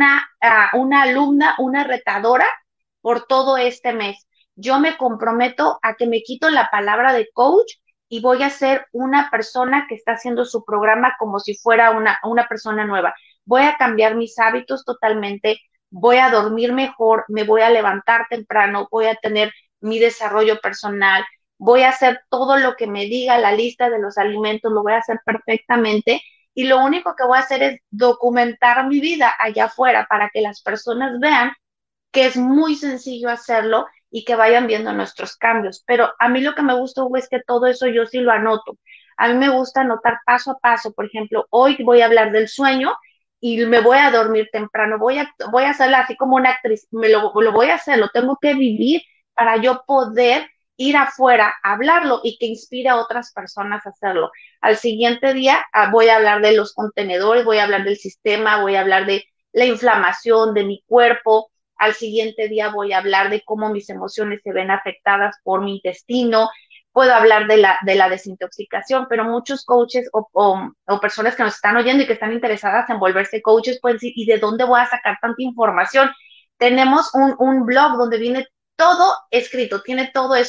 una alumna, una retadora por todo este mes. Yo me comprometo a que me quito la palabra de coach y voy a ser una persona que está haciendo su programa como si fuera una persona nueva. Voy a cambiar mis hábitos totalmente, voy a dormir mejor, me voy a levantar temprano, voy a tener mi desarrollo personal, voy a hacer todo lo que me diga la lista de los alimentos, lo voy a hacer perfectamente y lo único que voy a hacer es documentar mi vida allá afuera para que las personas vean que es muy sencillo hacerlo y que vayan viendo nuestros cambios. Pero a mí lo que me gusta, Hugo, es que todo eso yo sí lo anoto. A mí me gusta anotar paso a paso. Por ejemplo, hoy voy a hablar del sueño y me voy a dormir temprano. Voy a hacerla así como una actriz. Lo voy a hacer, lo tengo que vivir para yo poder ir afuera a hablarlo y que inspire a otras personas a hacerlo. Al siguiente día voy a hablar de los contenedores, voy a hablar del sistema, voy a hablar de la inflamación de mi cuerpo. Al siguiente día voy a hablar de cómo mis emociones se ven afectadas por mi intestino. Puedo hablar de la desintoxicación, pero muchos coaches o personas que nos están oyendo y que están interesadas en volverse coaches pueden decir, ¿y de dónde voy a sacar tanta información? Tenemos un blog donde viene todo escrito, tiene todo eso,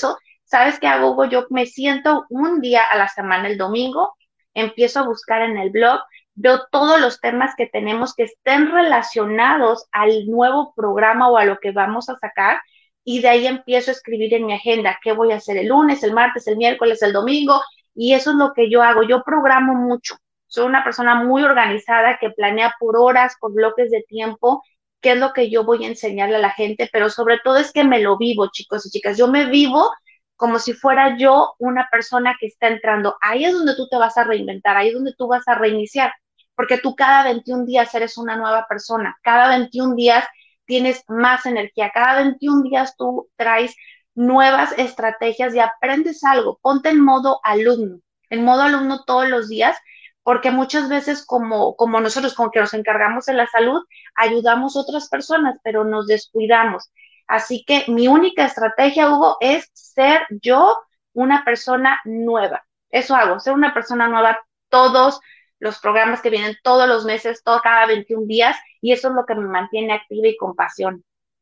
¿Sabes qué hago, Hugo? Yo me siento un día a la semana, el domingo, empiezo a buscar en el blog, veo todos los temas que tenemos que estén relacionados al nuevo programa o a lo que vamos a sacar, y de ahí empiezo a escribir en mi agenda qué voy a hacer el lunes, el martes, el miércoles, el domingo, y eso es lo que yo hago. Yo programo mucho. Soy una persona muy organizada que planea por horas, por bloques de tiempo, qué es lo que yo voy a enseñarle a la gente, pero sobre todo es que me lo vivo, chicos y chicas. Yo me vivo como si fuera yo una persona que está entrando. Ahí es donde tú te vas a reinventar, ahí es donde tú vas a reiniciar, porque tú cada 21 días eres una nueva persona, cada 21 días tienes más energía, cada 21 días tú traes nuevas estrategias y aprendes algo. Ponte en modo alumno todos los días, porque muchas veces como nosotros, como que nos encargamos de la salud, ayudamos a otras personas, pero nos descuidamos. Así que mi única estrategia, Hugo, es ser yo una persona nueva. Eso hago, ser una persona nueva todos los programas que vienen todos los meses, todo cada 21 días, y eso es lo que me mantiene activa y con pasión.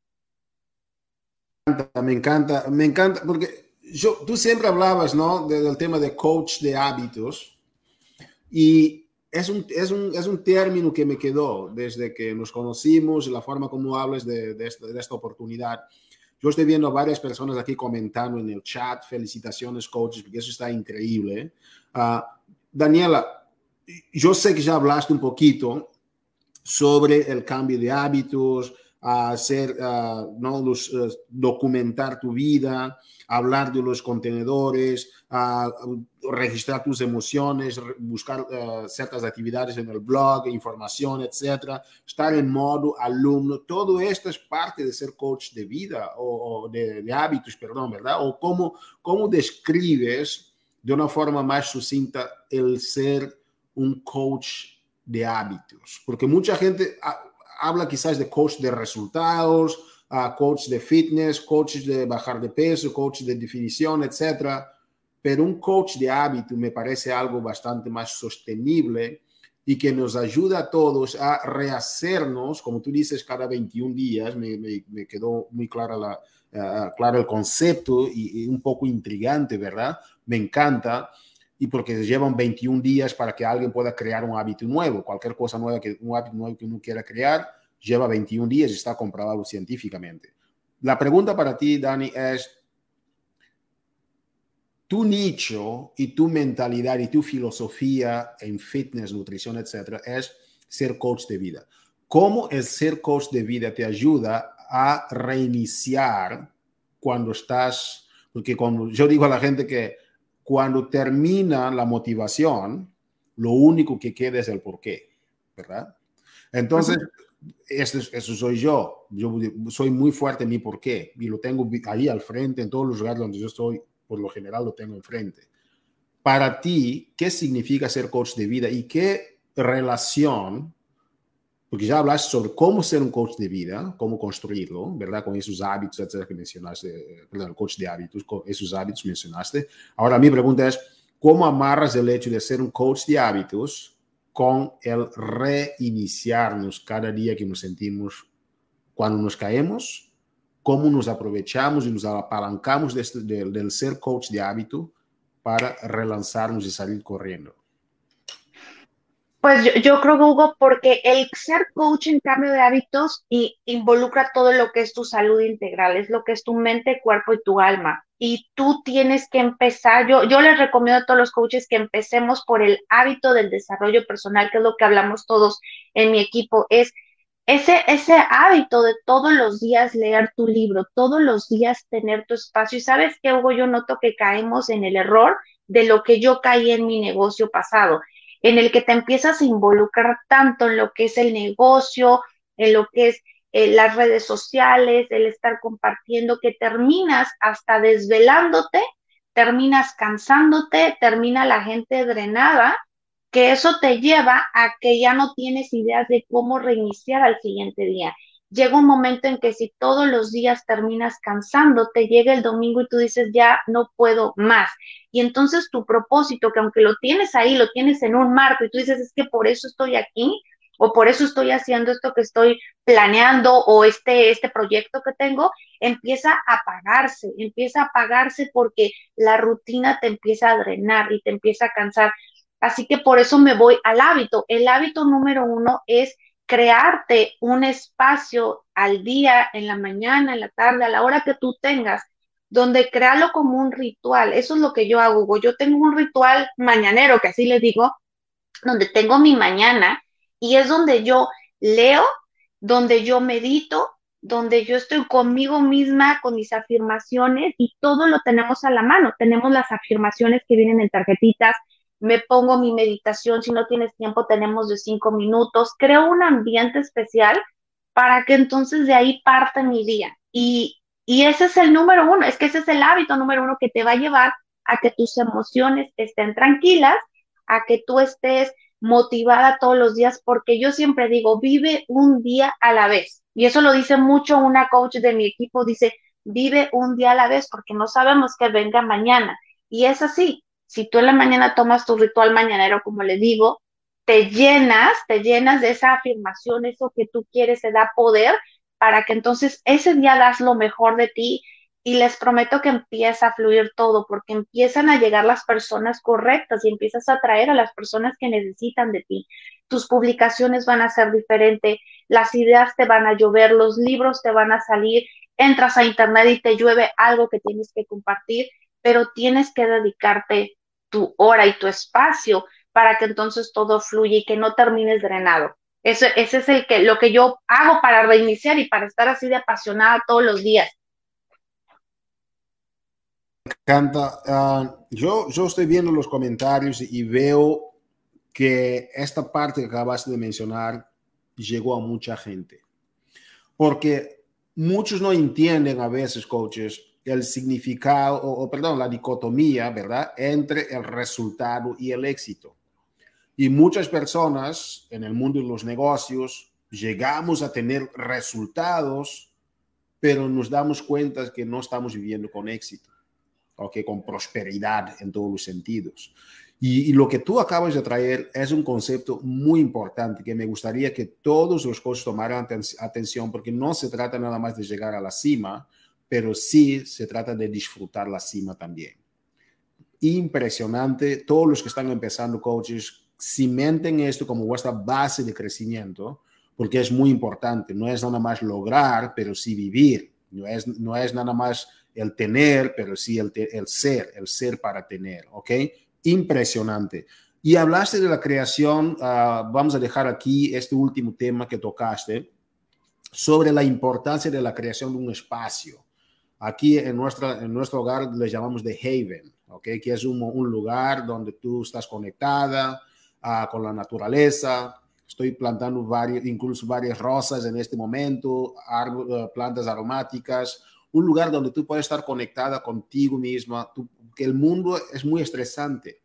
Me encanta, porque tú siempre hablabas, ¿no? Del tema de coach de hábitos y es un término que me quedó desde que nos conocimos, la forma como hablas de esta oportunidad. Yo estoy viendo a varias personas aquí comentando en el chat, felicitaciones coaches, porque eso está increíble. Daniela, yo sé que ya hablaste un poquito sobre el cambio de hábitos, hacer, ¿no? Documentar tu vida, hablar de los contenedores, registrar tus emociones, buscar ciertas actividades en el blog, información, etcétera, estar en modo alumno. Todo esto es parte de ser coach de vida o de hábitos, perdón, ¿verdad? O cómo describes de una forma más sucinta el ser un coach de hábitos, porque mucha gente habla quizás de coach de resultados, coach de fitness, coach de bajar de peso, coach de definición, etcétera, pero un coach de hábitos me parece algo bastante más sostenible y que nos ayuda a todos a rehacernos, como tú dices, cada 21 días. Me quedó muy clara claro el concepto y un poco intrigante, ¿verdad? Me encanta. Y porque llevan 21 días para que alguien pueda crear un hábito nuevo. Cualquier cosa nueva, un hábito nuevo que uno quiera crear, lleva 21 días y está comprobado científicamente. La pregunta para ti, Dani, es tu nicho y tu mentalidad y tu filosofía en fitness, nutrición, etcétera, es ser coach de vida. ¿Cómo el ser coach de vida te ayuda a reiniciar cuando estás? Porque cuando yo digo a la gente que cuando termina la motivación, lo único que queda es el porqué, ¿verdad? Entonces, eso soy yo. Yo soy muy fuerte en mi porqué y lo tengo ahí al frente, en todos los lugares donde yo estoy, por lo general lo tengo enfrente. Para ti, ¿qué significa ser coach de vida y qué relación? Porque ya hablaste sobre cómo ser un coach de vida, cómo construirlo, ¿verdad? Con esos hábitos, etcétera, que mencionaste, perdón, el coach de hábitos, con esos hábitos mencionaste. Ahora, mi pregunta es, ¿cómo amarras el hecho de ser un coach de hábitos con el reiniciarnos cada día que nos sentimos cuando nos caemos? ¿Cómo nos aprovechamos y nos apalancamos del ser coach de hábito para relanzarnos y salir corriendo? Pues yo creo, Hugo, porque el ser coach en cambio de hábitos involucra todo lo que es tu salud integral, es lo que es tu mente, cuerpo y tu alma. Y tú tienes que empezar, yo les recomiendo a todos los coaches que empecemos por el hábito del desarrollo personal, que es lo que hablamos todos en mi equipo, es ese hábito de todos los días leer tu libro, todos los días tener tu espacio. Y sabes qué, Hugo, yo noto que caemos en el error de lo que yo caí en mi negocio pasado, en el que te empiezas a involucrar tanto en lo que es el negocio, en lo que es las redes sociales, el estar compartiendo, que terminas hasta desvelándote, terminas cansándote, termina la gente drenada, que eso te lleva a que ya no tienes ideas de cómo reiniciar al siguiente día. Llega un momento en que si todos los días terminas cansándote, llega el domingo y tú dices, ya no puedo más. Y entonces tu propósito, que aunque lo tienes ahí, lo tienes en un marco y tú dices, es que por eso estoy aquí, o por eso estoy haciendo esto que estoy planeando o este proyecto que tengo, empieza a apagarse porque la rutina te empieza a drenar y te empieza a cansar. Así que por eso me voy al hábito. El hábito número uno es crearte un espacio al día, en la mañana, en la tarde, a la hora que tú tengas, donde créalo como un ritual. Eso es lo que yo hago, Hugo. Yo tengo un ritual mañanero, que así les digo, donde tengo mi mañana y es donde yo leo, donde yo medito, donde yo estoy conmigo misma, con mis afirmaciones y todo lo tenemos a la mano. Tenemos las afirmaciones que vienen en tarjetitas, me pongo mi meditación, si no tienes tiempo tenemos de 5 minutos, creo un ambiente especial para que entonces de ahí parte mi día. Y ese es el número uno, es que ese es el hábito número uno que te va a llevar a que tus emociones estén tranquilas, a que tú estés motivada todos los días, porque yo siempre digo, vive un día a la vez. Y eso lo dice mucho una coach de mi equipo, dice, vive un día a la vez, porque no sabemos qué venga mañana. Y es así, si tú en la mañana tomas tu ritual mañanero, como le digo, te llenas de esa afirmación, eso que tú quieres, te da poder para que entonces ese día das lo mejor de ti y les prometo que empieza a fluir todo porque empiezan a llegar las personas correctas y empiezas a atraer a las personas que necesitan de ti. Tus publicaciones van a ser diferentes, las ideas te van a llover, los libros te van a salir, entras a internet y te llueve algo que tienes que compartir, pero tienes que dedicarte tu hora y tu espacio para que entonces todo fluya y que no termines drenado. Ese es lo que yo hago para reiniciar y para estar así de apasionada todos los días. Canta, yo estoy viendo los comentarios y veo que esta parte que acabaste de mencionar llegó a mucha gente. Porque muchos no entienden a veces, coaches, el significado, perdón, la dicotomía, ¿verdad?, entre el resultado y el éxito. Y muchas personas en el mundo de los negocios llegamos a tener resultados, pero nos damos cuenta que no estamos viviendo con éxito, ¿okay?, con prosperidad en todos los sentidos. Y lo que tú acabas de traer es un concepto muy importante que me gustaría que todos los coaches tomaran atención, porque no se trata nada más de llegar a la cima, pero sí se trata de disfrutar la cima también. Impresionante. Todos los que están empezando, coaches, cimenten esto como vuestra base de crecimiento, porque es muy importante. No es nada más lograr, pero sí vivir. No es nada más el tener, pero sí el ser para tener, ¿ok? Impresionante. Y hablaste de la creación, vamos a dejar aquí este último tema que tocaste, sobre la importancia de la creación de un espacio. Aquí en nuestro hogar le llamamos de haven, ¿ok? Que es un lugar donde tú estás conectada con la naturaleza. Estoy plantando incluso varias rosas en este momento, plantas aromáticas, un lugar donde tú puedes estar conectada contigo misma, que el mundo es muy estresante.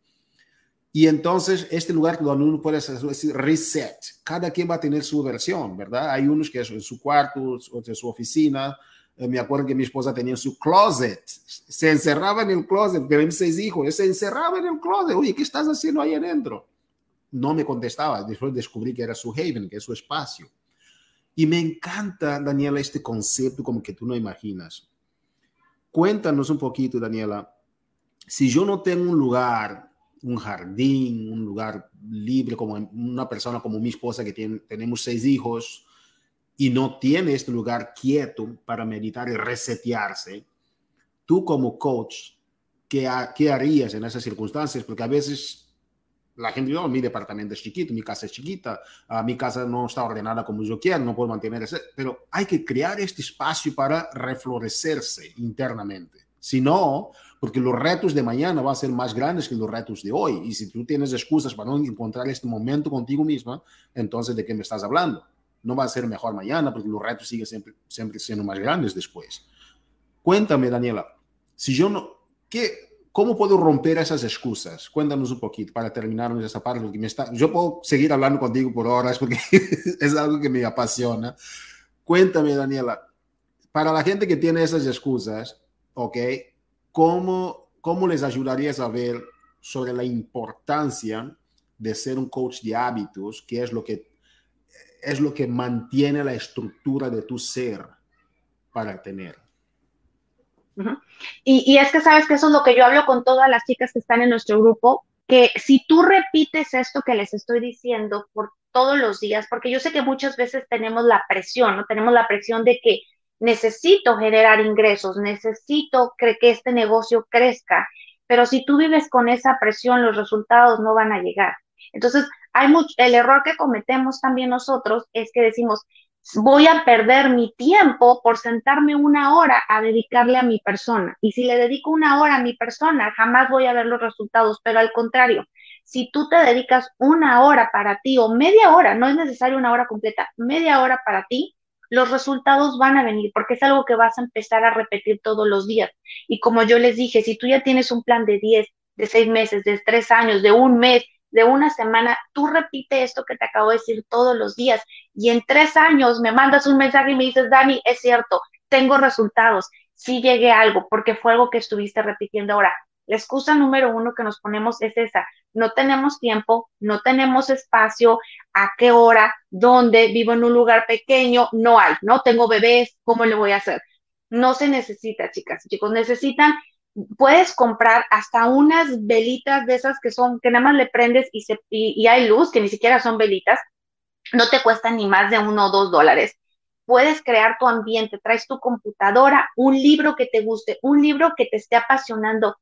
Y entonces este lugar donde uno puede hacer reset, cada quien va a tener su versión, ¿verdad? Hay unos que es en su cuarto, otros en su oficina. Me acuerdo que mi esposa tenía su closet, se encerraba en el closet, tenemos 6 hijos, se encerraba en el closet. Oye, ¿qué estás haciendo ahí adentro? No me contestaba. Después descubrí que era su haven, que es su espacio. Y me encanta, Daniela, este concepto como que tú no imaginas. Cuéntanos un poquito, Daniela, si yo no tengo un lugar, un jardín, un lugar libre, como una persona como mi esposa que tenemos 6 hijos y no tiene este lugar quieto para meditar y resetearse, tú como coach, ¿qué harías en esas circunstancias? Porque a veces la gente dice, oh, mi departamento es chiquito, mi casa es chiquita, mi casa no está ordenada como yo quiero, no puedo mantener ese, pero hay que crear este espacio para reflorecerse internamente. Si no, porque los retos de mañana van a ser más grandes que los retos de hoy. Y si tú tienes excusas para no encontrar este momento contigo misma, entonces ¿de qué me estás hablando? No va a ser mejor mañana porque los retos siguen siempre siendo más grandes después. Cuéntame, Daniela, si yo no, ¿cómo puedo romper esas excusas? Cuéntanos un poquito para terminar esta parte. Porque yo puedo seguir hablando contigo por horas porque es algo que me apasiona. Cuéntame, Daniela, para la gente que tiene esas excusas, ¿ok? ¿Cómo les ayudarías a ver sobre la importancia de ser un coach de hábitos, que es lo que es lo que mantiene la estructura de tu ser para tener. Uh-huh. Y es que sabes que eso es lo que yo hablo con todas las chicas que están en nuestro grupo, que si tú repites esto que les estoy diciendo por todos los días, porque yo sé que muchas veces tenemos la presión, ¿no? Tenemos la presión de que necesito generar ingresos, necesito que este negocio crezca, pero si tú vives con esa presión, los resultados no van a llegar. Entonces, el error que cometemos también nosotros es que decimos, voy a perder mi tiempo por sentarme una hora a dedicarle a mi persona. Y si le dedico una hora a mi persona, jamás voy a ver los resultados. Pero al contrario, si tú te dedicas una hora para ti o media hora, no es necesario una hora completa, media hora para ti, los resultados van a venir porque es algo que vas a empezar a repetir todos los días. Y como yo les dije, si tú ya tienes un plan de 10, de 6 meses, de 3 años, de un mes, de una semana, tú repite esto que te acabo de decir todos los días y en 3 años me mandas un mensaje y me dices, Dani, es cierto, tengo resultados, sí llegué a algo porque fue algo que estuviste repitiendo. Ahora, la excusa número 1 que nos ponemos es esa, no tenemos tiempo, no tenemos espacio, a qué hora, dónde, vivo en un lugar pequeño, no hay, no tengo bebés, ¿cómo le voy a hacer? No se necesita, chicas, chicos, necesitan. Puedes comprar hasta unas velitas de esas que nada más le prendes y hay luz, que ni siquiera son velitas, no te cuestan ni más de $1 o $2. Puedes crear tu ambiente, traes tu computadora, un libro que te guste, un libro que te esté apasionando.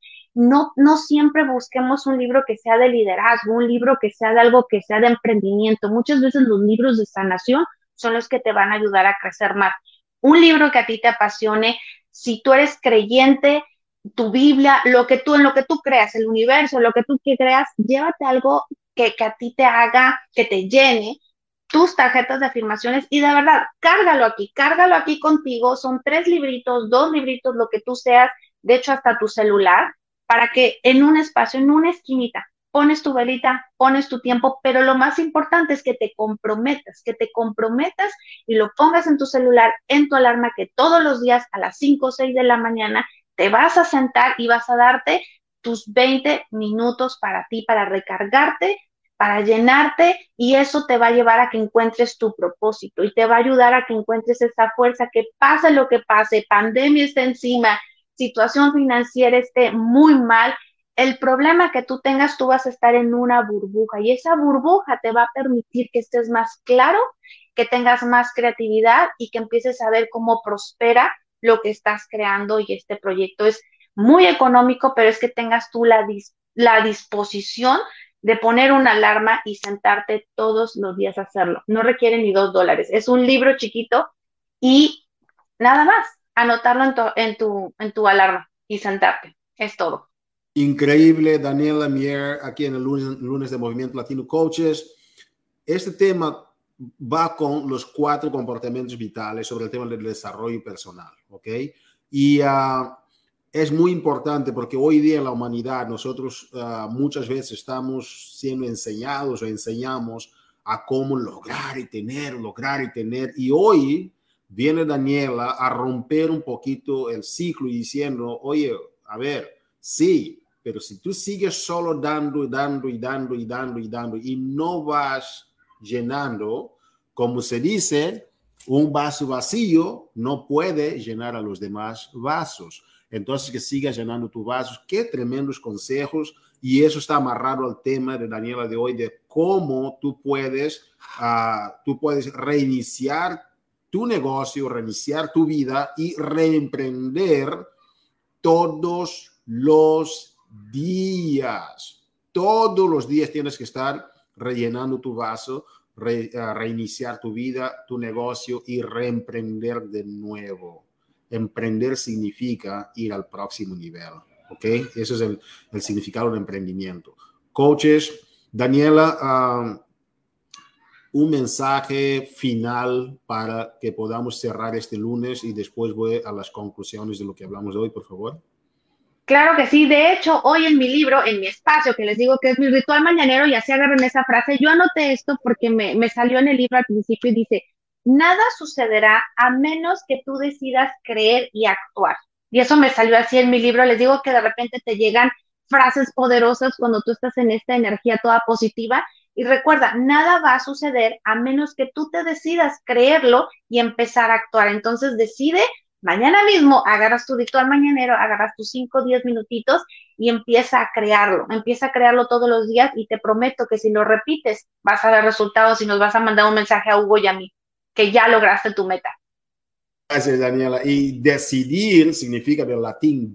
No siempre busquemos un libro que sea de liderazgo, un libro que sea de algo que sea de emprendimiento. Muchas veces los libros de sanación son los que te van a ayudar a crecer más. Un libro que a ti te apasione, si tú eres creyente, tu Biblia, en lo que tú creas, el universo, lo que tú creas, llévate algo que a ti te haga, que te llene, tus tarjetas de afirmaciones y de verdad, cárgalo aquí contigo, son 3 libritos, 2 libritos, lo que tú seas, de hecho hasta tu celular, para que en un espacio, en una esquinita, pones tu velita, pones tu tiempo, pero lo más importante es que te comprometas y lo pongas en tu celular, en tu alarma, que todos los días a las 5 o 6 de la mañana te vas a sentar y vas a darte tus 20 minutos para ti, para recargarte, para llenarte, y eso te va a llevar a que encuentres tu propósito y te va a ayudar a que encuentres esa fuerza, que pase lo que pase, pandemia esté encima, situación financiera esté muy mal, el problema que tú tengas, tú vas a estar en una burbuja y esa burbuja te va a permitir que estés más claro, que tengas más creatividad y que empieces a ver cómo prospera lo que estás creando. Y este proyecto es muy económico, pero es que tengas tú la disposición de poner una alarma y sentarte todos los días a hacerlo. No requiere ni $2. Es un libro chiquito y nada más, anotarlo en tu alarma y sentarte. Es todo. Increíble, Daniela Mier, aquí en el lunes de Movimiento Latino Coaches. Este tema va con los 4 comportamientos vitales sobre el tema del desarrollo personal, ¿ok? Y es muy importante porque hoy día en la humanidad nosotros muchas veces estamos siendo enseñados o enseñamos a cómo lograr y tener. Y hoy viene Daniela a romper un poquito el ciclo y diciendo, oye, a ver, sí, pero si tú sigues solo dando y no vas llenando, como se dice, un vaso vacío no puede llenar a los demás vasos. Entonces, que sigas llenando tus vasos. Qué tremendos consejos. Y eso está amarrado al tema de Daniela de hoy, de cómo tú puedes reiniciar tu negocio, reiniciar tu vida y reemprender todos los días. Todos los días tienes que estar rellenando tu vaso, reiniciar tu vida, tu negocio y reemprender de nuevo. Emprender significa ir al próximo nivel, ¿ok? Ese es el significado del emprendimiento. Coaches, Daniela, un mensaje final para que podamos cerrar este lunes y después voy a las conclusiones de lo que hablamos hoy, por favor. Claro que sí. De hecho, hoy en mi libro, en mi espacio, que les digo que es mi ritual mañanero, y así agarren esa frase, yo anoté esto porque me salió en el libro al principio y dice, nada sucederá a menos que tú decidas creer y actuar. Y eso me salió así en mi libro. Les digo que de repente te llegan frases poderosas cuando tú estás en esta energía toda positiva Y recuerda, nada va a suceder a menos que tú te decidas creerlo y empezar a actuar. Entonces decide, mañana mismo agarras tu ritual mañanero, agarras tus 5 o 10 minutitos y empieza a crearlo todos los días y te prometo que si lo repites vas a ver resultados y nos vas a mandar un mensaje a Hugo y a mí, que ya lograste tu meta. Gracias, Daniela. Y decidir significa del latín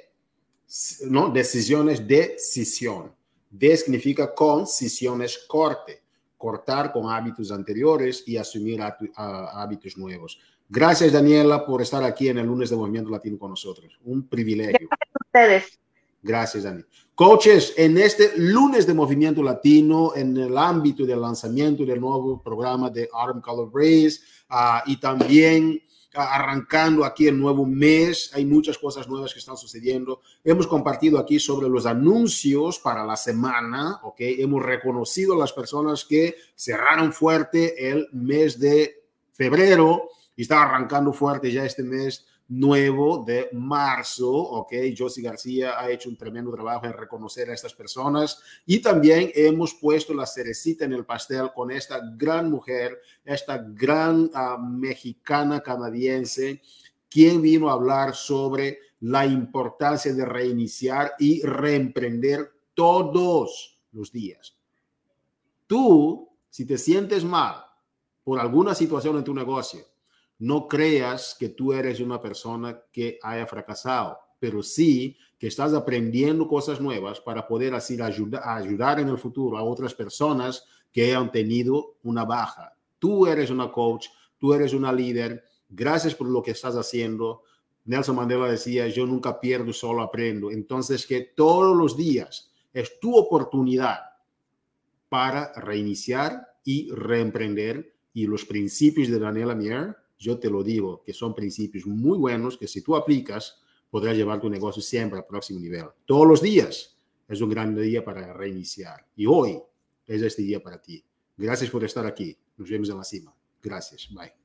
¿no? Decisiones, decisión. De significa con, decisión es corte. Cortar con hábitos anteriores y asumir hábitos nuevos. Gracias, Daniela, por estar aquí en el lunes de Movimiento Latino con nosotros. Un privilegio. Gracias a ustedes. Gracias, Dani. Coaches, en este lunes de Movimiento Latino, en el ámbito del lanzamiento del nuevo programa de Autumn Color Race y también arrancando aquí el nuevo mes, hay muchas cosas nuevas que están sucediendo. Hemos compartido aquí sobre los anuncios para la semana, ¿ok? Hemos reconocido a las personas que cerraron fuerte el mes de febrero y está arrancando fuerte ya este mes nuevo de marzo, ¿ok? Josie García ha hecho un tremendo trabajo en reconocer a estas personas y también hemos puesto la cerecita en el pastel con esta gran mujer, esta gran mexicana canadiense, quien vino a hablar sobre la importancia de reiniciar y reemprender todos los días. Tú, si te sientes mal por alguna situación en tu negocio, no creas que tú eres una persona que haya fracasado, pero sí que estás aprendiendo cosas nuevas para poder así ayudar en el futuro a otras personas que han tenido una baja. Tú eres una coach, tú eres una líder. Gracias por lo que estás haciendo. Nelson Mandela decía, yo nunca pierdo, solo aprendo. Entonces, que todos los días es tu oportunidad para reiniciar y reemprender. Y los principios de Daniela Mier, yo te lo digo, que son principios muy buenos que si tú aplicas, podrás llevar tu negocio siempre al próximo nivel. Todos los días es un gran día para reiniciar. Y hoy es este día para ti. Gracias por estar aquí. Nos vemos en la cima. Gracias. Bye.